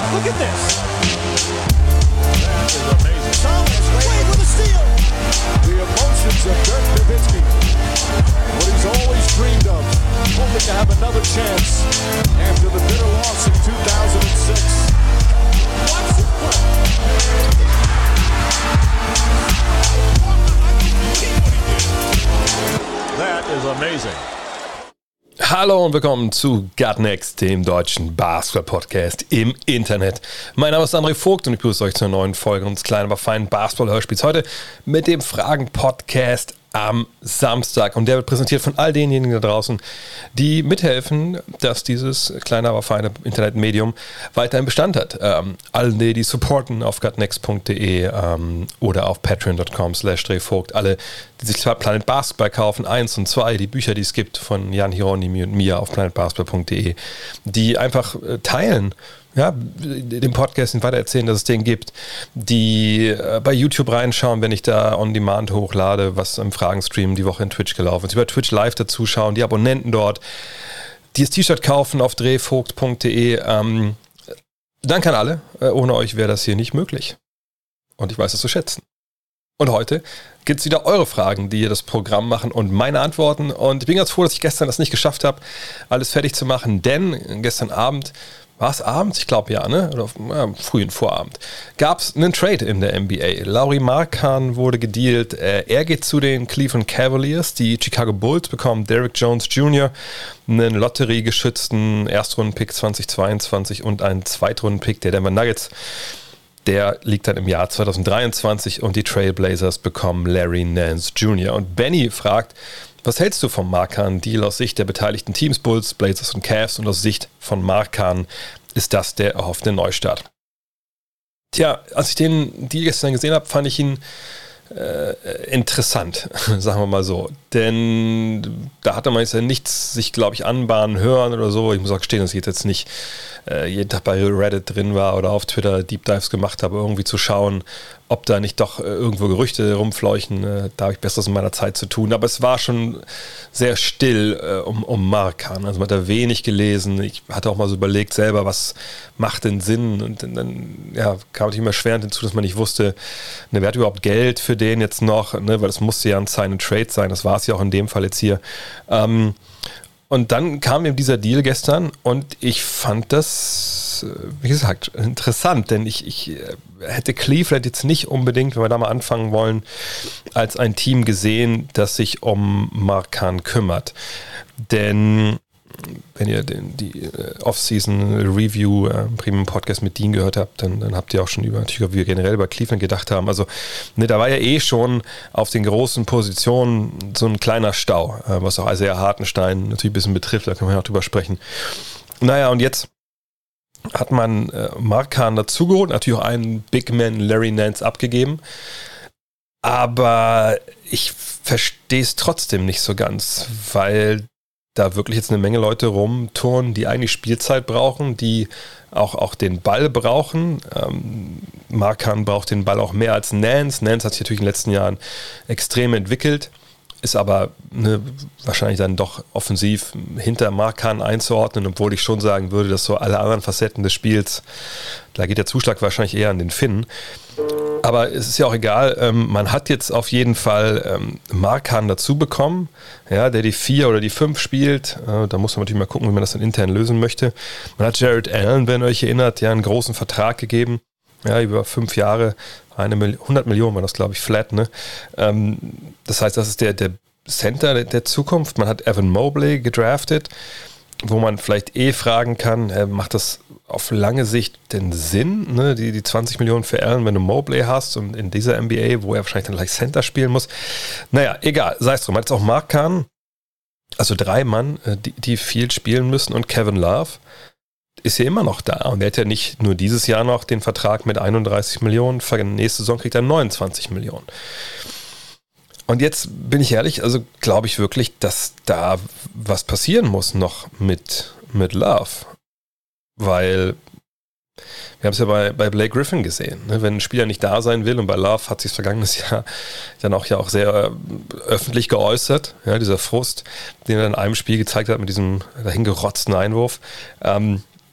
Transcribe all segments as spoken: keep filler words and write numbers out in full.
Look at this. That is amazing. Thomas Wade with a steal. The emotions of Dirk Nowitzki. What he's always dreamed of. Hoping to have another chance after the bitter loss in two thousand six. Watch this play. That is amazing. Hallo und willkommen zu Gut Next, dem deutschen Basketball-Podcast im Internet. Mein Name ist André Vogt und ich begrüße euch zur neuen Folge unseres kleinen, aber feinen Basketball-Hörspiels. Heute mit dem Fragen-Podcast am Samstag. Und der wird präsentiert von all denjenigen da draußen, die mithelfen, dass dieses kleine, aber feine Internetmedium weiterhin Bestand hat. Ähm, alle, die, die supporten auf gutnext punkt de ähm, oder auf patreon punkt com slash drehvogt. Alle, die sich Planet Basketball kaufen, eins und zwei, die Bücher, die es gibt von Jan Hieronymi und mir auf planet basketball punkt de, die einfach äh, teilen, ja, dem Podcast weiter erzählen, dass es den gibt, die äh, bei YouTube reinschauen, wenn ich da on demand hochlade, was im Fragenstream die Woche in Twitch gelaufen ist, die bei Twitch live dazu schauen, die Abonnenten dort, die das T-Shirt kaufen auf drehvogt punkt de. Ähm, danke an alle. Äh, ohne euch wäre das hier nicht möglich. Und ich weiß es zu schätzen. Und heute gibt es wieder eure Fragen, die ihr das Programm machen und meine Antworten. Und ich bin ganz froh, dass ich gestern das nicht geschafft habe, alles fertig zu machen, denn gestern Abend, war es abends? Ich glaube ja, ne? Oder ja, frühen Vorabend. Gab es einen Trade in der N B A. Lauri Markkanen wurde gedealt. Äh, er geht zu den Cleveland Cavaliers. Die Chicago Bulls bekommen Derrick Jones Junior, einen lotteriegeschützten Erstrundenpick zweitausendzweiundzwanzig und einen Zweitrundenpick der Denver Nuggets. Der liegt dann im Jahr zweitausenddreiundzwanzig und die Trailblazers bekommen Larry Nance Junior Und Benny fragt, was hältst du vom Markkanen-Deal aus Sicht der beteiligten Teams, Bulls, Blazers und Cavs, und aus Sicht von Markkanen ist das der erhoffte Neustart? Tja, als ich den Deal gestern gesehen habe, fand ich ihn äh, interessant, sagen wir mal so. Denn da hatte man jetzt ja nichts sich, glaube ich, anbahnen hören oder so. Ich muss auch gestehen, dass ich jetzt nicht äh, jeden Tag bei Reddit drin war oder auf Twitter Deep Dives gemacht habe, irgendwie zu schauen, ob da nicht doch äh, irgendwo Gerüchte rumfleuchen. Äh, da habe ich Besseres in meiner Zeit zu tun. Aber es war schon sehr still äh, um, um Markkanen. Also man hat da wenig gelesen. Ich hatte auch mal so überlegt selber, was macht denn Sinn? Und dann ja, kam natürlich immer schwer hinzu, dass man nicht wusste, ne, wer hat überhaupt Geld für den jetzt noch? Ne, weil es musste ja ein Sign and Trade sein. Das war es ja auch in dem Fall jetzt hier. Ähm, Und dann kam eben dieser Deal gestern und ich fand das, wie gesagt, interessant, denn ich, ich hätte Cleveland jetzt nicht unbedingt, wenn wir da mal anfangen wollen, als ein Team gesehen, das sich um Markkanen kümmert. Denn wenn ihr den, die Off-Season-Review äh, Premium Podcast mit Dean gehört habt, dann, dann habt ihr auch schon über, natürlich, wie wir generell über Cleveland gedacht haben. Also ne, da war ja eh schon auf den großen Positionen so ein kleiner Stau, äh, was auch Isaiah Hartenstein natürlich ein bisschen betrifft, da können wir ja auch drüber sprechen. Naja, und jetzt hat man äh, Markkanen dazugeholt, natürlich auch einen Big Man Larry Nance abgegeben, aber ich verstehe es trotzdem nicht so ganz, weil da wirklich jetzt eine Menge Leute rumturnen, die eigentlich Spielzeit brauchen, die auch, auch den Ball brauchen. Ähm, Markkanen braucht den Ball auch mehr als Nance. Nance hat sich natürlich in den letzten Jahren extrem entwickelt, ist aber ne, wahrscheinlich dann doch offensiv hinter Markkanen einzuordnen, obwohl ich schon sagen würde, dass so alle anderen Facetten des Spiels, da geht der Zuschlag wahrscheinlich eher an den Finn. Aber es ist ja auch egal, ähm, man hat jetzt auf jeden Fall ähm, Markkanen dazu bekommen, ja, der die vier oder die fünf spielt. Äh, da muss man natürlich mal gucken, wie man das dann intern lösen möchte. Man hat Jared Allen, wenn ihr euch erinnert, ja einen großen Vertrag gegeben, ja, über fünf Jahre, eine Mil- hundert Millionen war das, glaube ich, flat. Ne? Ähm, das heißt, das ist der, der Center der, der Zukunft. Man hat Evan Mobley gedraftet, wo man vielleicht eh fragen kann, äh, macht das auf lange Sicht denn Sinn, ne? die, die zwanzig Millionen für Allen, wenn du Mobley hast und in dieser N B A, wo er wahrscheinlich dann gleich Center spielen muss. Naja, egal, sei es drum. Man hat jetzt auch Markkanen, also drei Mann, äh, die, die viel spielen müssen, und Kevin Love ist ja immer noch da. Und er hat ja nicht nur dieses Jahr noch den Vertrag mit einunddreißig Millionen, für nächste Saison kriegt er neunundzwanzig Millionen. Und jetzt bin ich ehrlich, also glaube ich wirklich, dass da was passieren muss noch mit, mit Love. Weil wir haben es ja bei, bei Blake Griffin gesehen, ne? Wenn ein Spieler nicht da sein will, und bei Love hat sich das vergangenes Jahr dann auch ja auch sehr äh, öffentlich geäußert, ja, dieser Frust, den er in einem Spiel gezeigt hat mit diesem dahingerotzten Einwurf. Ähm,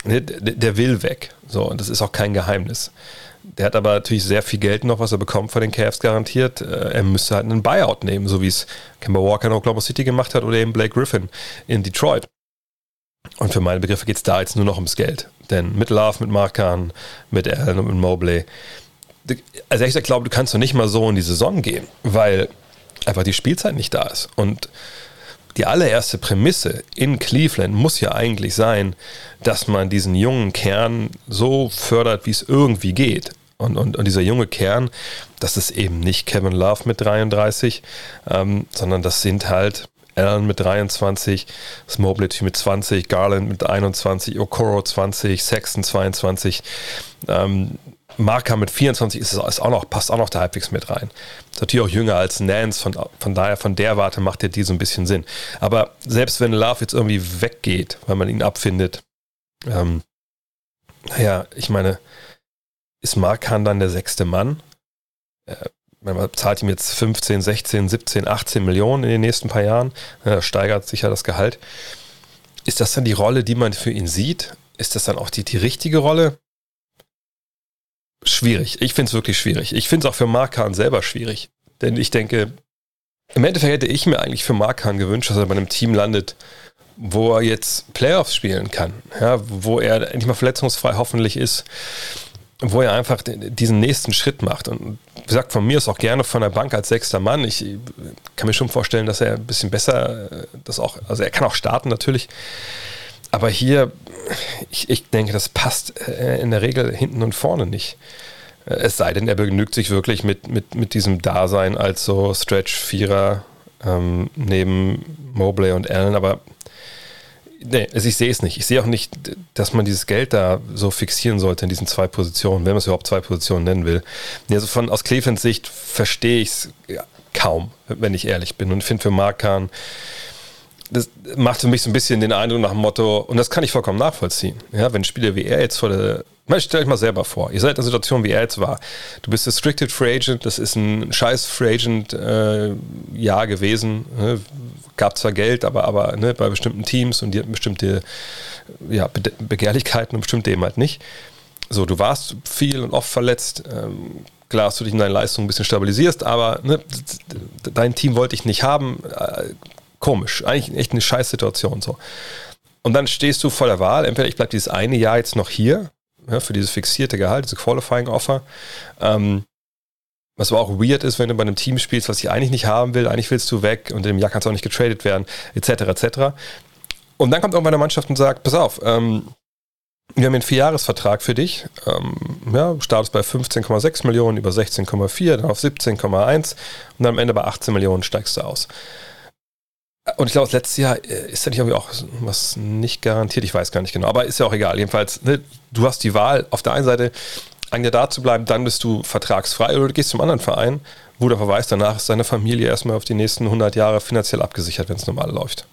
der, der will weg. So, und das ist auch kein Geheimnis. Der hat aber natürlich sehr viel Geld noch, was er bekommt von den Cavs garantiert. Er müsste halt einen Buyout nehmen, so wie es Kemba Walker in Oklahoma City gemacht hat oder eben Blake Griffin in Detroit. Und für meine Begriffe geht es da jetzt nur noch ums Geld. Denn mit Love, mit Markan, mit Allen und mit Mobley, also ich glaube, du kannst doch nicht mal so in die Saison gehen, weil einfach die Spielzeit nicht da ist. Und die allererste Prämisse in Cleveland muss ja eigentlich sein, dass man diesen jungen Kern so fördert, wie es irgendwie geht. Und, und, und dieser junge Kern, das ist eben nicht Kevin Love mit dreiunddreißig, ähm, sondern das sind halt Allen mit dreiundzwanzig, Mobley mit zwanzig, Garland mit einundzwanzig, Okoro zwanzig, Sexton zweiundzwanzig, ähm, Marker mit vierundzwanzig ist, ist auch noch, passt auch noch da halbwegs mit rein. Ist natürlich auch jünger als Nance, von, von daher, von der Warte macht der die so ein bisschen Sinn. Aber selbst wenn Love jetzt irgendwie weggeht, weil man ihn abfindet, ähm, naja, ich meine, ist Markan dann der sechste Mann? Äh, man zahlt ihm jetzt fünfzehn, sechzehn, siebzehn, achtzehn Millionen in den nächsten paar Jahren, äh, steigert sicher das Gehalt. Ist das dann die Rolle, die man für ihn sieht? Ist das dann auch die, die richtige Rolle? Schwierig. Ich finde es wirklich schwierig. Ich finde es auch für Markan selber schwierig. Denn ich denke, im Endeffekt hätte ich mir eigentlich für Markan gewünscht, dass er bei einem Team landet, wo er jetzt Playoffs spielen kann. Ja, wo er endlich mal verletzungsfrei hoffentlich ist. Wo er einfach diesen nächsten Schritt macht. Und wie gesagt, von mir ist auch gerne von der Bank als sechster Mann. Ich kann mir schon vorstellen, dass er ein bisschen besser das auch, also er kann auch starten natürlich. Aber hier, ich, ich denke, das passt in der Regel hinten und vorne nicht. Es sei denn, er begnügt sich wirklich mit, mit, mit diesem Dasein als so Stretch-Vierer ähm, neben Mobley und Allen. Aber nee, also ich sehe es nicht. Ich sehe auch nicht, dass man dieses Geld da so fixieren sollte in diesen zwei Positionen, wenn man es überhaupt zwei Positionen nennen will. Also von, aus Clevelands Sicht verstehe ich es ja, kaum, wenn ich ehrlich bin. Und ich finde für Markan, das macht für mich so ein bisschen den Eindruck nach dem Motto, und das kann ich vollkommen nachvollziehen. Ja, wenn ein Spieler wie er jetzt vor der, stellt euch mal selber vor, ihr seid in der Situation, wie er jetzt war. Du bist Restricted Free Agent, das ist ein scheiß Free Agent äh, Jahr gewesen. Ne? Gab zwar Geld, aber, aber ne, bei bestimmten Teams und die hatten bestimmte ja, Be- Begehrlichkeiten und bestimmte eben halt nicht. So, du warst viel und oft verletzt. Ähm, klar, dass du dich in deiner Leistung ein bisschen stabilisierst, aber ne, dein Team wollte ich nicht haben. Äh, Komisch, eigentlich echt eine scheiß Situation so. Und dann stehst du vor der Wahl, entweder ich bleibe dieses eine Jahr jetzt noch hier, ja, für dieses fixierte Gehalt, diese Qualifying Offer, ähm, was aber auch weird ist, wenn du bei einem Team spielst, was ich eigentlich nicht haben will, eigentlich willst du weg und in dem Jahr kannst du auch nicht getradet werden, et cetera et cetera. Und dann kommt irgendwann eine Mannschaft und sagt, pass auf, ähm, wir haben einen Vierjahresvertrag für dich, ähm, ja, startest bei fünfzehn Komma sechs Millionen, über sechzehn Komma vier, dann auf siebzehn Komma eins und dann am Ende bei achtzehn Millionen steigst du aus. Und ich glaube, das letzte Jahr ist da nicht irgendwie auch was nicht garantiert, ich weiß gar nicht genau, aber ist ja auch egal. Jedenfalls, ne, du hast die Wahl, auf der einen Seite ein Jahr da zu bleiben, dann bist du vertragsfrei oder du gehst zum anderen Verein, wo der Verweis danach ist deine Familie erstmal auf die nächsten hundert Jahre finanziell abgesichert, wenn es normal läuft.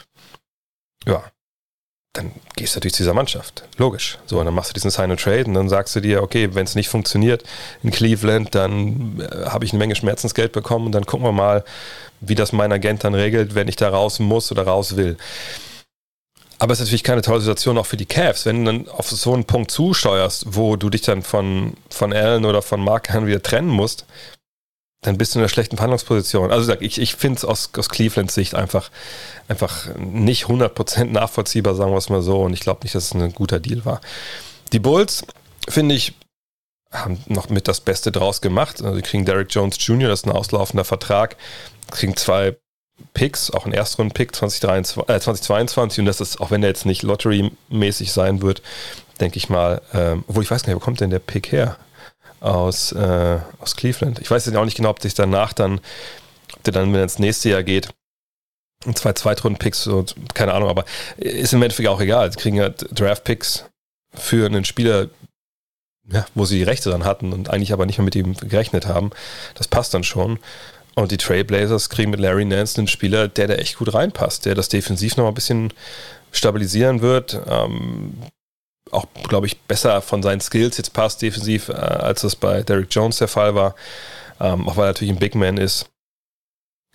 Ja, dann gehst du natürlich zu dieser Mannschaft, logisch. So, und dann machst du diesen Sign and Trade und dann sagst du dir, okay, wenn es nicht funktioniert in Cleveland, dann äh, habe ich eine Menge Schmerzensgeld bekommen und dann gucken wir mal, wie das mein Agent dann regelt, wenn ich da raus muss oder raus will. Aber es ist natürlich keine tolle Situation auch für die Cavs, wenn du dann auf so einen Punkt zusteuerst, wo du dich dann von, von Allen oder von Markan wieder trennen musst, dann bist du in einer schlechten Verhandlungsposition. Also ich, ich finde es aus, aus Clevelands Sicht einfach, einfach nicht hundert Prozent nachvollziehbar, sagen wir es mal so. Und ich glaube nicht, dass es ein guter Deal war. Die Bulls, finde ich, haben noch mit das Beste draus gemacht. Also die kriegen Derrick Jones Junior, das ist ein auslaufender Vertrag, kriegen zwei Picks, auch einen Erstrunden-Pick zwanzig zweiundzwanzig und das ist, auch wenn der jetzt nicht Lottery-mäßig sein wird, denke ich mal, ähm, obwohl ich weiß gar nicht, wo kommt denn der Pick her? Aus, äh, aus Cleveland. Ich weiß jetzt auch nicht genau, ob sich danach dann, ob der dann, wenn er ins nächste Jahr geht, zwei Zweitrunden-Picks, und keine Ahnung, aber ist im Endeffekt auch egal. Sie kriegen ja Draft-Picks für einen Spieler, ja, wo sie die Rechte dann hatten und eigentlich aber nicht mehr mit ihm gerechnet haben. Das passt dann schon. Und die Trailblazers kriegen mit Larry Nance einen Spieler, der da echt gut reinpasst, der das defensiv noch mal ein bisschen stabilisieren wird. Ähm, auch, glaube ich, besser von seinen Skills jetzt passt defensiv, äh, als das bei Derrick Jones der Fall war. Ähm, auch weil er natürlich ein Big Man ist.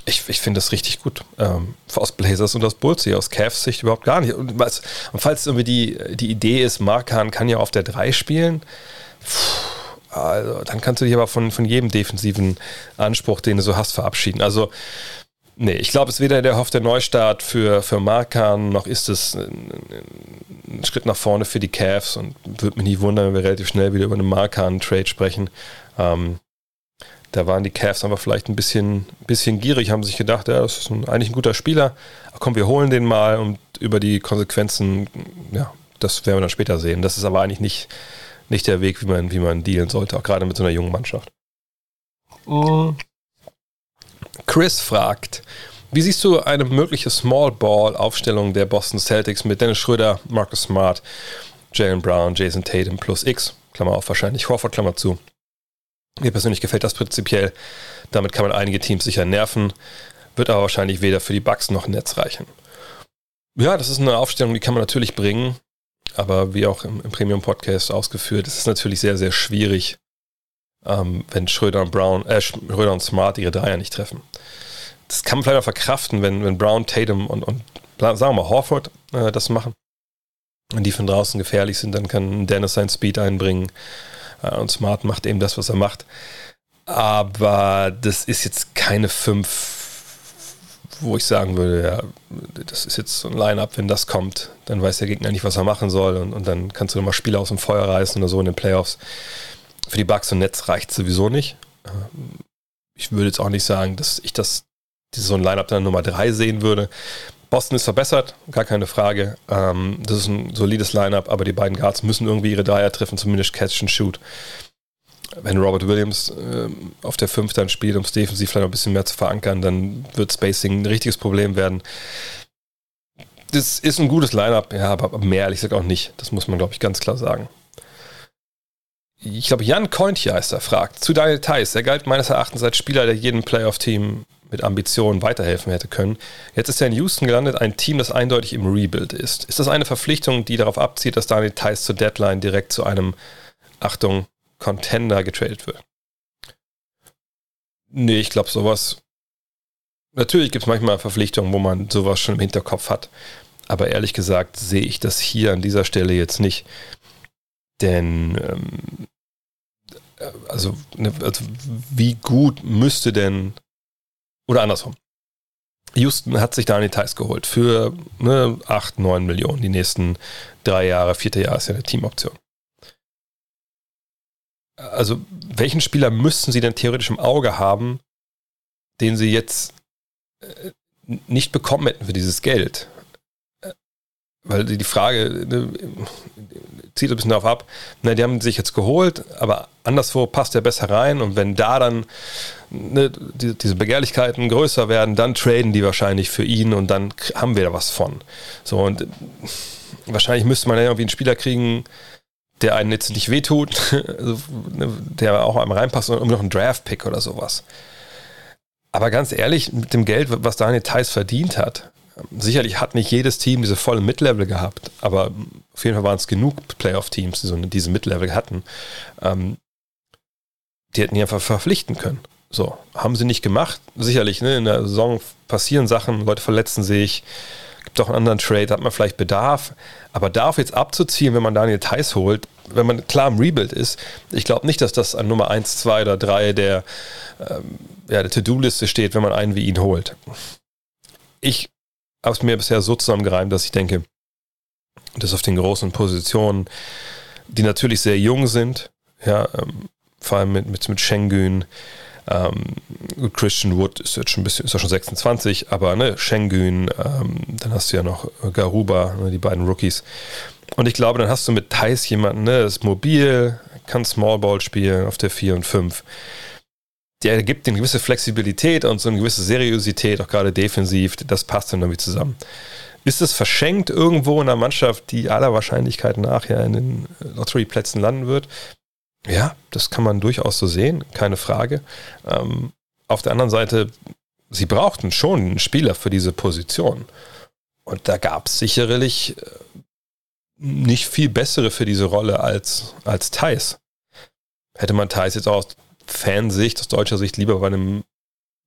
Ich, ich finde das richtig gut. Ähm, aus Blazers und aus Bulls, aus Cavs Sicht überhaupt gar nicht. Und, was, und falls irgendwie die, die Idee ist, Markan kann ja auf der drei spielen, pff, also, dann kannst du dich aber von, von jedem defensiven Anspruch, den du so hast, verabschieden. Also, nee, ich glaube, es ist weder der erhoffte Neustart für, für Markan, noch ist es ein, ein Schritt nach vorne für die Cavs und würde mich nie wundern, wenn wir relativ schnell wieder über einen Markan-Trade sprechen. Ähm, Da waren die Cavs aber vielleicht ein bisschen, bisschen gierig, haben sich gedacht, ja, das ist ein, eigentlich ein guter Spieler. Ach komm, wir holen den mal und über die Konsequenzen, ja, das werden wir dann später sehen. Das ist aber eigentlich nicht, nicht der Weg, wie man, wie man dealen sollte, auch gerade mit so einer jungen Mannschaft. Mhm. Chris fragt, wie siehst du eine mögliche Small-Ball-Aufstellung der Boston Celtics mit Dennis Schröder, Marcus Smart, Jaylen Brown, Jason Tatum plus X, Klammer auf wahrscheinlich, Horford, Klammer zu. Mir persönlich gefällt das prinzipiell. Damit kann man einige Teams sicher nerven, wird aber wahrscheinlich weder für die Bucks noch Nets reichen. Ja, das ist eine Aufstellung, die kann man natürlich bringen, aber wie auch im, im Premium-Podcast ausgeführt, ist es natürlich sehr, sehr schwierig, ähm, wenn Schröder und Brown, äh, Schröder und Smart ihre Dreier nicht treffen. Das kann man vielleicht auch verkraften, wenn, wenn Brown, Tatum und, und sagen wir mal Horford äh, das machen. Wenn die von draußen gefährlich sind, dann kann Dennis seinen Speed einbringen. Und Smart macht eben das, was er macht. Aber das ist jetzt keine fünf, wo ich sagen würde, ja, das ist jetzt so ein Line-Up, wenn das kommt, dann weiß der Gegner nicht, was er machen soll und, und dann kannst du nochmal Spiele aus dem Feuer reißen oder so in den Playoffs. Für die Bucks und Nets reicht es sowieso nicht. Ich würde jetzt auch nicht sagen, dass ich das, so ein Line-Up dann Nummer drei sehen würde. Boston ist verbessert, gar keine Frage. Ähm, das ist ein solides Line-Up, aber die beiden Guards müssen irgendwie ihre Dreier treffen, zumindest Catch and Shoot. Wenn Robert Williams äh, auf der fünf dann spielt, um es defensiv vielleicht noch ein bisschen mehr zu verankern, dann wird Spacing ein richtiges Problem werden. Das ist ein gutes Line-Up, ja, aber mehr ehrlich gesagt auch nicht. Das muss man, glaube ich, ganz klar sagen. Ich glaube, Jan Kointjeister fragt zu Daniel Theis. Er galt meines Erachtens als Spieler, der jedem Playoff-Team mit Ambitionen weiterhelfen hätte können. Jetzt ist er in Houston gelandet, ein Team, das eindeutig im Rebuild ist. Ist das eine Verpflichtung, die darauf abzielt, dass Daniel Theis zur Deadline direkt zu einem, Achtung, Contender getradet wird? Nee, ich glaube sowas, natürlich gibt es manchmal Verpflichtungen, wo man sowas schon im Hinterkopf hat. Aber ehrlich gesagt sehe ich das hier an dieser Stelle jetzt nicht. Denn, ähm, also, ne, also wie gut müsste denn, oder andersrum, Houston hat sich Daniel Theis geholt für ne, acht, neun Millionen die nächsten drei Jahre, vierte Jahr ist ja eine Teamoption. Also welchen Spieler müssten sie denn theoretisch im Auge haben, den sie jetzt äh, nicht bekommen hätten für dieses Geld? Weil die Frage ne, zieht ein bisschen darauf ab, ne, die haben sich jetzt geholt, aber anderswo passt der besser rein und wenn da dann ne, die, diese Begehrlichkeiten größer werden, dann traden die wahrscheinlich für ihn und dann haben wir da was von. So und wahrscheinlich müsste man ja irgendwie einen Spieler kriegen, der einen jetzt nicht wehtut, also, ne, der auch einmal reinpasst und irgendwie noch einen Draft-Pick oder sowas. Aber ganz ehrlich, mit dem Geld, was Daniel Theis verdient hat, sicherlich hat nicht jedes Team diese volle Mid-Level gehabt, aber auf jeden Fall waren es genug Playoff-Teams, die so diese Mid-Level hatten. Ähm, die hätten ihn einfach verpflichten können. So, haben sie nicht gemacht. Sicherlich, ne, in der Saison passieren Sachen, Leute verletzen sich, gibt auch einen anderen Trade, hat man vielleicht Bedarf, aber darauf jetzt abzuziehen, wenn man Daniel Theis holt, wenn man klar im Rebuild ist, ich glaube nicht, dass das an Nummer eins, zwei oder drei der, ähm, ja, der To-Do-Liste steht, wenn man einen wie ihn holt. Ich habe es mir bisher so zusammengereimt, dass ich denke, dass auf den großen Positionen, die natürlich sehr jung sind, ja, ähm, vor allem mit, mit, mit Şengün, ähm, Christian Wood ist jetzt schon ein bisschen, ist ja schon sechsundzwanzig, aber ne, Şengün, ähm, dann hast du ja noch Garuba, ne, die beiden Rookies. Und ich glaube, dann hast du mit Theis jemanden, ne, ist mobil, kann Small Ball spielen auf der vier und fünf. Der gibt eine gewisse Flexibilität und so eine gewisse Seriosität, auch gerade defensiv, das passt dann irgendwie zusammen. Ist es verschenkt irgendwo in einer Mannschaft, die aller Wahrscheinlichkeit nach ja in den Lottery-Plätzen landen wird? Ja, das kann man durchaus so sehen, keine Frage. Ähm, auf der anderen Seite, sie brauchten schon einen Spieler für diese Position. Und da gab es sicherlich nicht viel bessere für diese Rolle als, als Theis. Hätte man Theis jetzt auch aus Fansicht, aus deutscher Sicht lieber bei einem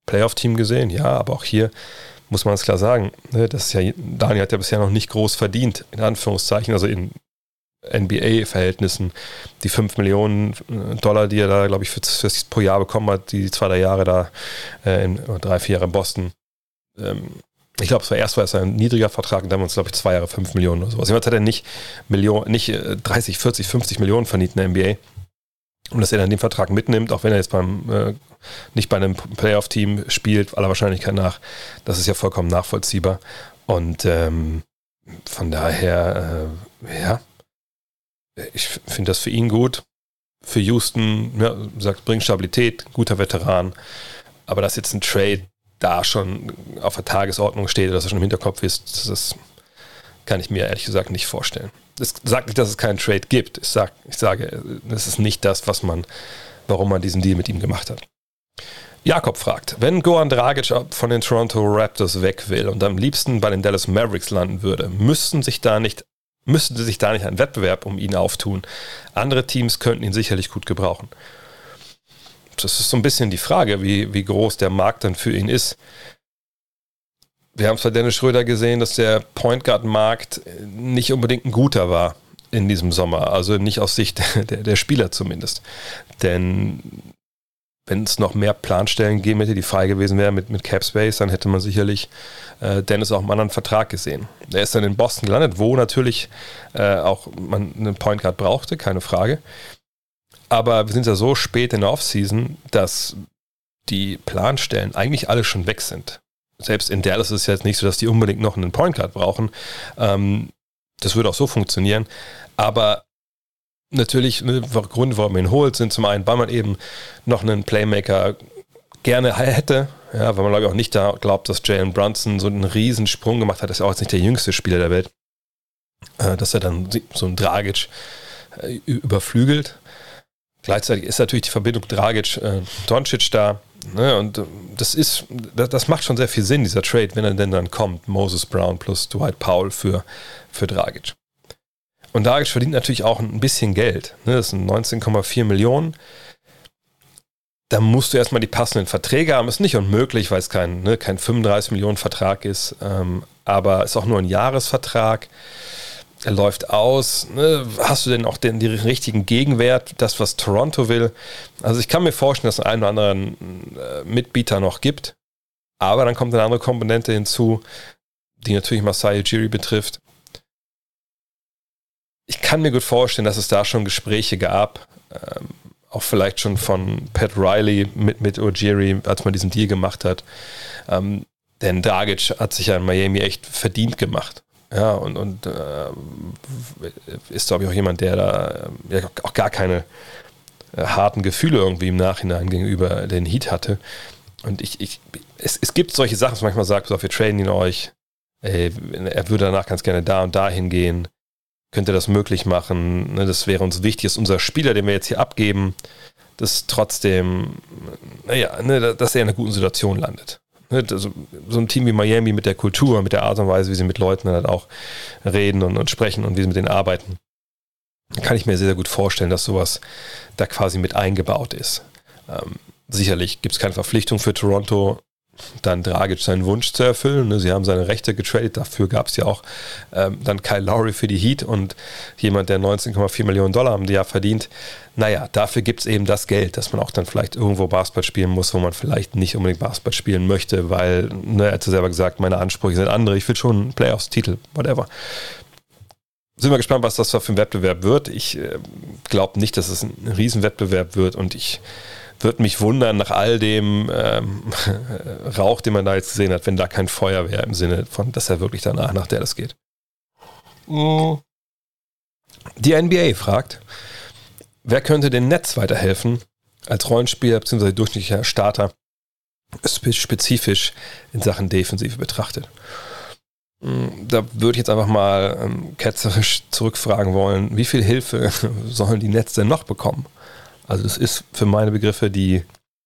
Playoff-Team gesehen, ja, aber auch hier muss man es klar sagen, ne, das ist ja, Daniel hat ja bisher noch nicht groß verdient, in Anführungszeichen, also in N B A-Verhältnissen, die fünf Millionen Dollar, die er da, glaube ich, für, für pro Jahr bekommen hat, die zwei, drei Jahre da, äh, in drei, vier Jahre in Boston. Ähm, ich glaube, es war erst war es ein niedriger Vertrag und dann haben wir uns, glaube ich, zwei Jahre fünf Millionen oder sowas. Jemand hat er nicht, Millionen, nicht dreißig, vierzig, fünfzig Millionen verdient in der N B A. Und dass er dann den Vertrag mitnimmt, auch wenn er jetzt beim äh, nicht bei einem Playoff-Team spielt, aller Wahrscheinlichkeit nach, das ist ja vollkommen nachvollziehbar. Und ähm, von daher, äh, ja, ich finde das für ihn gut. Für Houston, ja, sagt, bringt Stabilität, guter Veteran. Aber dass jetzt ein Trade da schon auf der Tagesordnung steht, dass er schon im Hinterkopf ist, das kann ich mir ehrlich gesagt nicht vorstellen. Das sagt nicht, dass es keinen Trade gibt. Ich, sag, ich sage, das ist nicht das, was man, warum man diesen Deal mit ihm gemacht hat. Jakob fragt, wenn Goran Dragic von den Toronto Raptors weg will und am liebsten bei den Dallas Mavericks landen würde, müssten sich da nicht müsste sich da nicht ein Wettbewerb um ihn auftun. Andere Teams könnten ihn sicherlich gut gebrauchen. Das ist so ein bisschen die Frage, wie, wie groß der Markt dann für ihn ist. Wir haben es bei Dennis Schröder gesehen, dass der Point Guard-Markt nicht unbedingt ein guter war in diesem Sommer. Also nicht aus Sicht der, der Spieler zumindest. Denn wenn es noch mehr Planstellen gegeben hätte, die frei gewesen wären mit, mit Cap Space, dann hätte man sicherlich äh, Dennis auch einen anderen Vertrag gesehen. Er ist dann in Boston gelandet, wo natürlich äh, auch man einen Point Guard brauchte, keine Frage. Aber wir sind ja so spät in der Offseason, dass die Planstellen eigentlich alle schon weg sind. Selbst in Dallas ist es jetzt nicht so, dass die unbedingt noch einen Point Guard brauchen. Ähm, das würde auch so funktionieren. Aber natürlich, ne, Gründe, warum man ihn holt, sind zum einen, weil man eben noch einen Playmaker gerne hätte, ja, weil man, glaube ich, auch nicht da glaubt, dass Jalen Brunson so einen riesen Sprung gemacht hat. Das ist auch jetzt nicht der jüngste Spieler der Welt, äh, dass er dann so einen Dragic äh, überflügelt. Gleichzeitig ist natürlich die Verbindung Dragic-Doncic äh, da, ne, und das ist, das, das macht schon sehr viel Sinn, dieser Trade, wenn er denn dann kommt, Moses Brown plus Dwight Powell für, für Dragic. Und Dragic verdient natürlich auch ein bisschen Geld. Ne? Das sind neunzehn Komma vier Millionen. Da musst du erstmal die passenden Verträge haben. Ist nicht unmöglich, weil es kein, ne, kein fünfunddreißig Millionen Vertrag ist. Ähm, aber ist auch nur ein Jahresvertrag. Er läuft aus. Ne? Hast du denn auch den, den richtigen Gegenwert? Das, was Toronto will? Also ich kann mir vorstellen, dass es einen oder anderen äh, Mitbieter noch gibt. Aber dann kommt eine andere Komponente hinzu, die natürlich Masai Ujiri betrifft. Ich kann mir gut vorstellen, dass es da schon Gespräche gab, ähm, auch vielleicht schon von Pat Riley mit, mit Ujiri, als man diesen Deal gemacht hat. Ähm, denn Dragic hat sich ja in Miami echt verdient gemacht. Ja, und, und äh, ist, glaube ich, auch jemand, der da äh, ja, auch gar keine äh, harten Gefühle irgendwie im Nachhinein gegenüber den Heat hatte. Und ich, ich es, es gibt solche Sachen, dass man manchmal sagt, wir traden ihn euch, ey, er würde danach ganz gerne da und da hingehen. Könnte das möglich machen, ne, das wäre uns wichtig, dass unser Spieler, den wir jetzt hier abgeben, das trotzdem, naja, ne, dass er in einer guten Situation landet. Ne, also, so ein Team wie Miami mit der Kultur, mit der Art und Weise, wie sie mit Leuten halt auch reden und, und sprechen und wie sie mit denen arbeiten, kann ich mir sehr, sehr gut vorstellen, dass sowas da quasi mit eingebaut ist. Ähm, sicherlich gibt es keine Verpflichtung für Toronto, dann Dragic seinen Wunsch zu erfüllen. Ne? Sie haben seine Rechte getradet, dafür gab es ja auch ähm, dann Kyle Lowry für die Heat und jemand, der neunzehn Komma vier Millionen Dollar im Jahr verdient. Naja, dafür gibt es eben das Geld, dass man auch dann vielleicht irgendwo Basketball spielen muss, wo man vielleicht nicht unbedingt Basketball spielen möchte, weil, ne, er hat ja selber gesagt, meine Ansprüche sind andere, ich will schon einen Playoffs-Titel, whatever. Sind wir gespannt, was das für ein Wettbewerb wird. Ich äh, glaube nicht, dass es ein Riesenwettbewerb wird und ich würde mich wundern, nach all dem ähm, Rauch, den man da jetzt gesehen hat, wenn da kein Feuer wäre im Sinne von, dass er wirklich danach nach Dallas geht. Die N B A fragt, wer könnte den Nets weiterhelfen als Rollenspieler bzw. durchschnittlicher Starter, spezifisch in Sachen Defensive betrachtet? Da würde ich jetzt einfach mal ähm, ketzerisch zurückfragen wollen, wie viel Hilfe sollen die Nets denn noch bekommen? Also es ist für meine Begriffe die,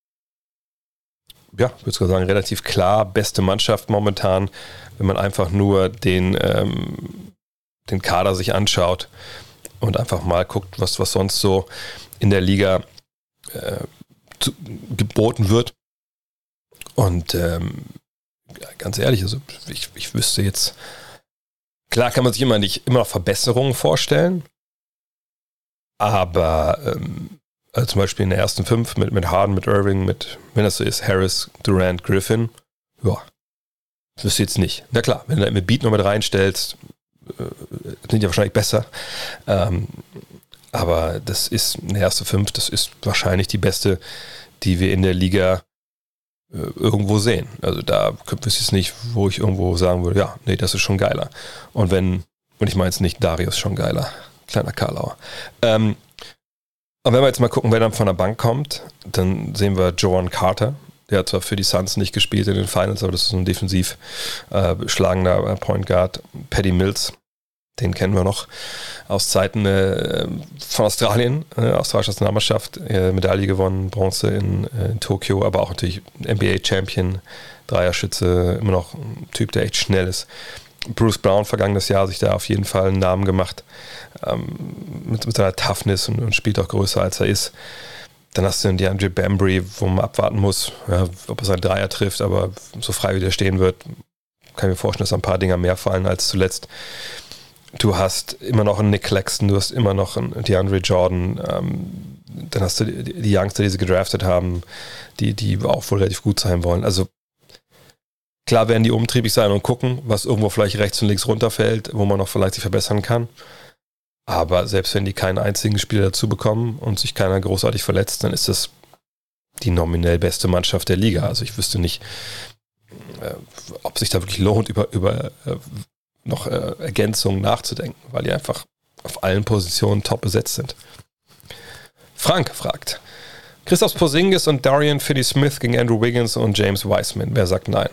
ja, ich würde sogar sagen, relativ klar beste Mannschaft momentan, wenn man einfach nur den, ähm, den Kader sich anschaut und einfach mal guckt, was, was sonst so in der Liga äh, zu, geboten wird. Und ähm, ganz ehrlich, also ich, ich wüsste jetzt, klar kann man sich immer nicht immer noch Verbesserungen vorstellen, aber ähm, also zum Beispiel in der ersten fünf mit, mit Harden, mit Irving, mit, wenn das so ist, Harris, Durant, Griffin, ja, das wüsste jetzt nicht. Na klar, wenn du mit Beat noch mit reinstellst, äh, sind die wahrscheinlich besser, ähm, aber das ist eine erste fünf, das ist wahrscheinlich die beste, die wir in der Liga äh, irgendwo sehen. Also da wüsste ich es nicht, wo ich irgendwo sagen würde, ja, nee, das ist schon geiler. Und wenn, und ich meine es nicht, Darius schon geiler, kleiner Karlauer. Ähm, Und wenn wir jetzt mal gucken, wer dann von der Bank kommt, dann sehen wir Joan Carter. Der hat zwar für die Suns nicht gespielt in den Finals, aber das ist ein defensiv äh, schlagender Point Guard. Patty Mills, den kennen wir noch aus Zeiten äh, von Australien, äh, australische Nationalmannschaft, äh, Medaille gewonnen, Bronze in, äh, in Tokio, aber auch natürlich N B A-Champion, Dreierschütze, immer noch ein Typ, der echt schnell ist. Bruce Brown vergangenes Jahr sich da auf jeden Fall einen Namen gemacht, ähm, mit, mit seiner Toughness und, und spielt auch größer als er ist. Dann hast du den DeAndre Bembry, wo man abwarten muss, ja, ob er seinen Dreier trifft, aber so frei wie der stehen wird, kann ich mir vorstellen, dass ein paar Dinger mehr fallen als zuletzt. Du hast immer noch einen Nick Claxton, du hast immer noch einen DeAndre Jordan, ähm, dann hast du die, die Youngster, die sie gedraftet haben, die, die auch wohl relativ gut sein wollen. Also klar werden die umtriebig sein und gucken, was irgendwo vielleicht rechts und links runterfällt, wo man noch vielleicht sich verbessern kann. Aber selbst wenn die keinen einzigen Spieler dazu bekommen und sich keiner großartig verletzt, dann ist das die nominell beste Mannschaft der Liga. Also ich wüsste nicht, äh, ob sich da wirklich lohnt, über, über äh, noch äh, Ergänzungen nachzudenken, weil die einfach auf allen Positionen top besetzt sind. Frank fragt, Kristaps Porzingis und Dorian Finney-Smith gegen Andrew Wiggins und James Wiseman. Wer sagt nein?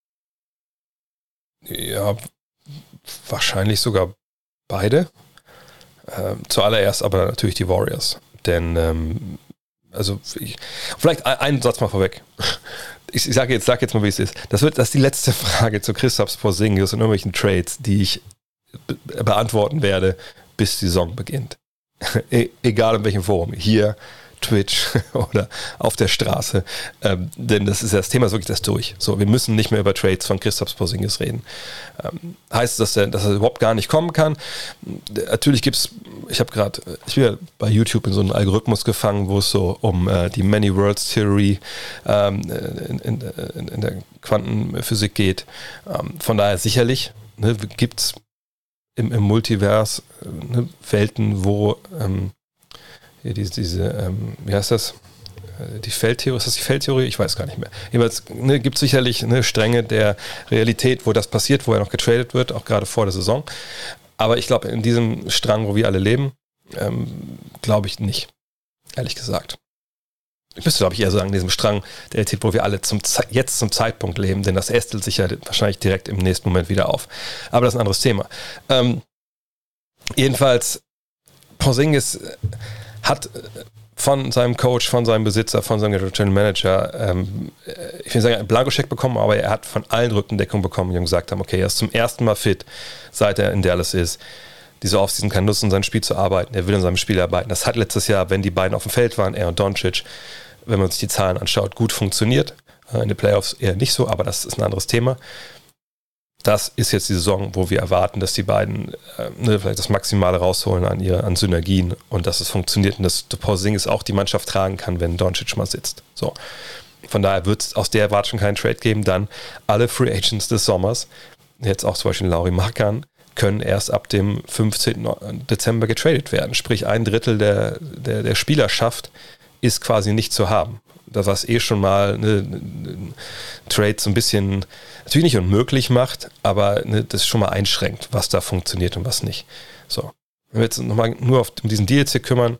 Ja, wahrscheinlich sogar beide. Ähm, zuallererst aber natürlich die Warriors. Denn, ähm, also, ich, vielleicht ein, einen Satz mal vorweg. Ich, ich sage jetzt, sag jetzt mal, wie es ist. Das, wird, das ist die letzte Frage zu Kristaps Porzingis und irgendwelchen Trades, die ich be- beantworten werde, bis die Saison beginnt. e- egal in welchem Forum. Hier, Twitch oder auf der Straße, ähm, denn das ist ja das Thema, ist wirklich das durch. So, wir müssen nicht mehr über Trades von Kristaps Porzingis reden. Ähm, heißt das, dass er, dass er überhaupt gar nicht kommen kann? Natürlich gibt es, ich habe gerade, ich bin ja bei YouTube in so einen Algorithmus gefangen, wo es so um äh, die Many Worlds Theory ähm, in, in, in, in der Quantenphysik geht. Ähm, von daher sicherlich ne, gibt es im, im Multivers ne, Welten, wo ähm, Hier diese, diese ähm, wie heißt das? Die Feldtheorie, ist das die Feldtheorie? Ich weiß gar nicht mehr. Jedenfalls ne, gibt es sicherlich eine Stränge der Realität, wo das passiert, wo er noch getradet wird, auch gerade vor der Saison. Aber ich glaube, in diesem Strang, wo wir alle leben, ähm, glaube ich nicht. Ehrlich gesagt. Ich müsste, glaube ich, eher sagen, in diesem Strang der Realität, wo wir alle zum Ze- jetzt zum Zeitpunkt leben, denn das ästelt sich ja wahrscheinlich direkt im nächsten Moment wieder auf. Aber das ist ein anderes Thema. Ähm, jedenfalls, Porzingis hat von seinem Coach, von seinem Besitzer, von seinem General Manager, ähm, ich will sagen, einen Blankoscheck bekommen, aber er hat von allen Rückendeckung bekommen, die ihm gesagt haben, okay, er ist zum ersten Mal fit, seit er in Dallas ist. Diese Offseason kann nutzen, sein Spiel zu arbeiten. Er will in seinem Spiel arbeiten. Das hat letztes Jahr, wenn die beiden auf dem Feld waren, er und Doncic, wenn man sich die Zahlen anschaut, gut funktioniert. In den Playoffs eher nicht so, aber das ist ein anderes Thema. Das ist jetzt die Saison, wo wir erwarten, dass die beiden äh, ne, vielleicht das Maximale rausholen an, ihr, an Synergien und dass es funktioniert und dass Porzingis auch die Mannschaft tragen kann, wenn Doncic mal sitzt. So. Von daher wird es aus der Erwartung keinen Trade geben. Dann alle Free Agents des Sommers, jetzt auch zum Beispiel Lauri Markkanen, können erst ab dem fünfzehnten Dezember getradet werden. Sprich, ein Drittel der, der, der Spielerschaft ist quasi nicht zu haben. Das, was eh schon mal ne, ne, Trades so ein bisschen natürlich nicht unmöglich macht, aber ne, das schon mal einschränkt, was da funktioniert und was nicht. So, wenn wir jetzt nochmal nur auf um diesen Deal jetzt hier kümmern,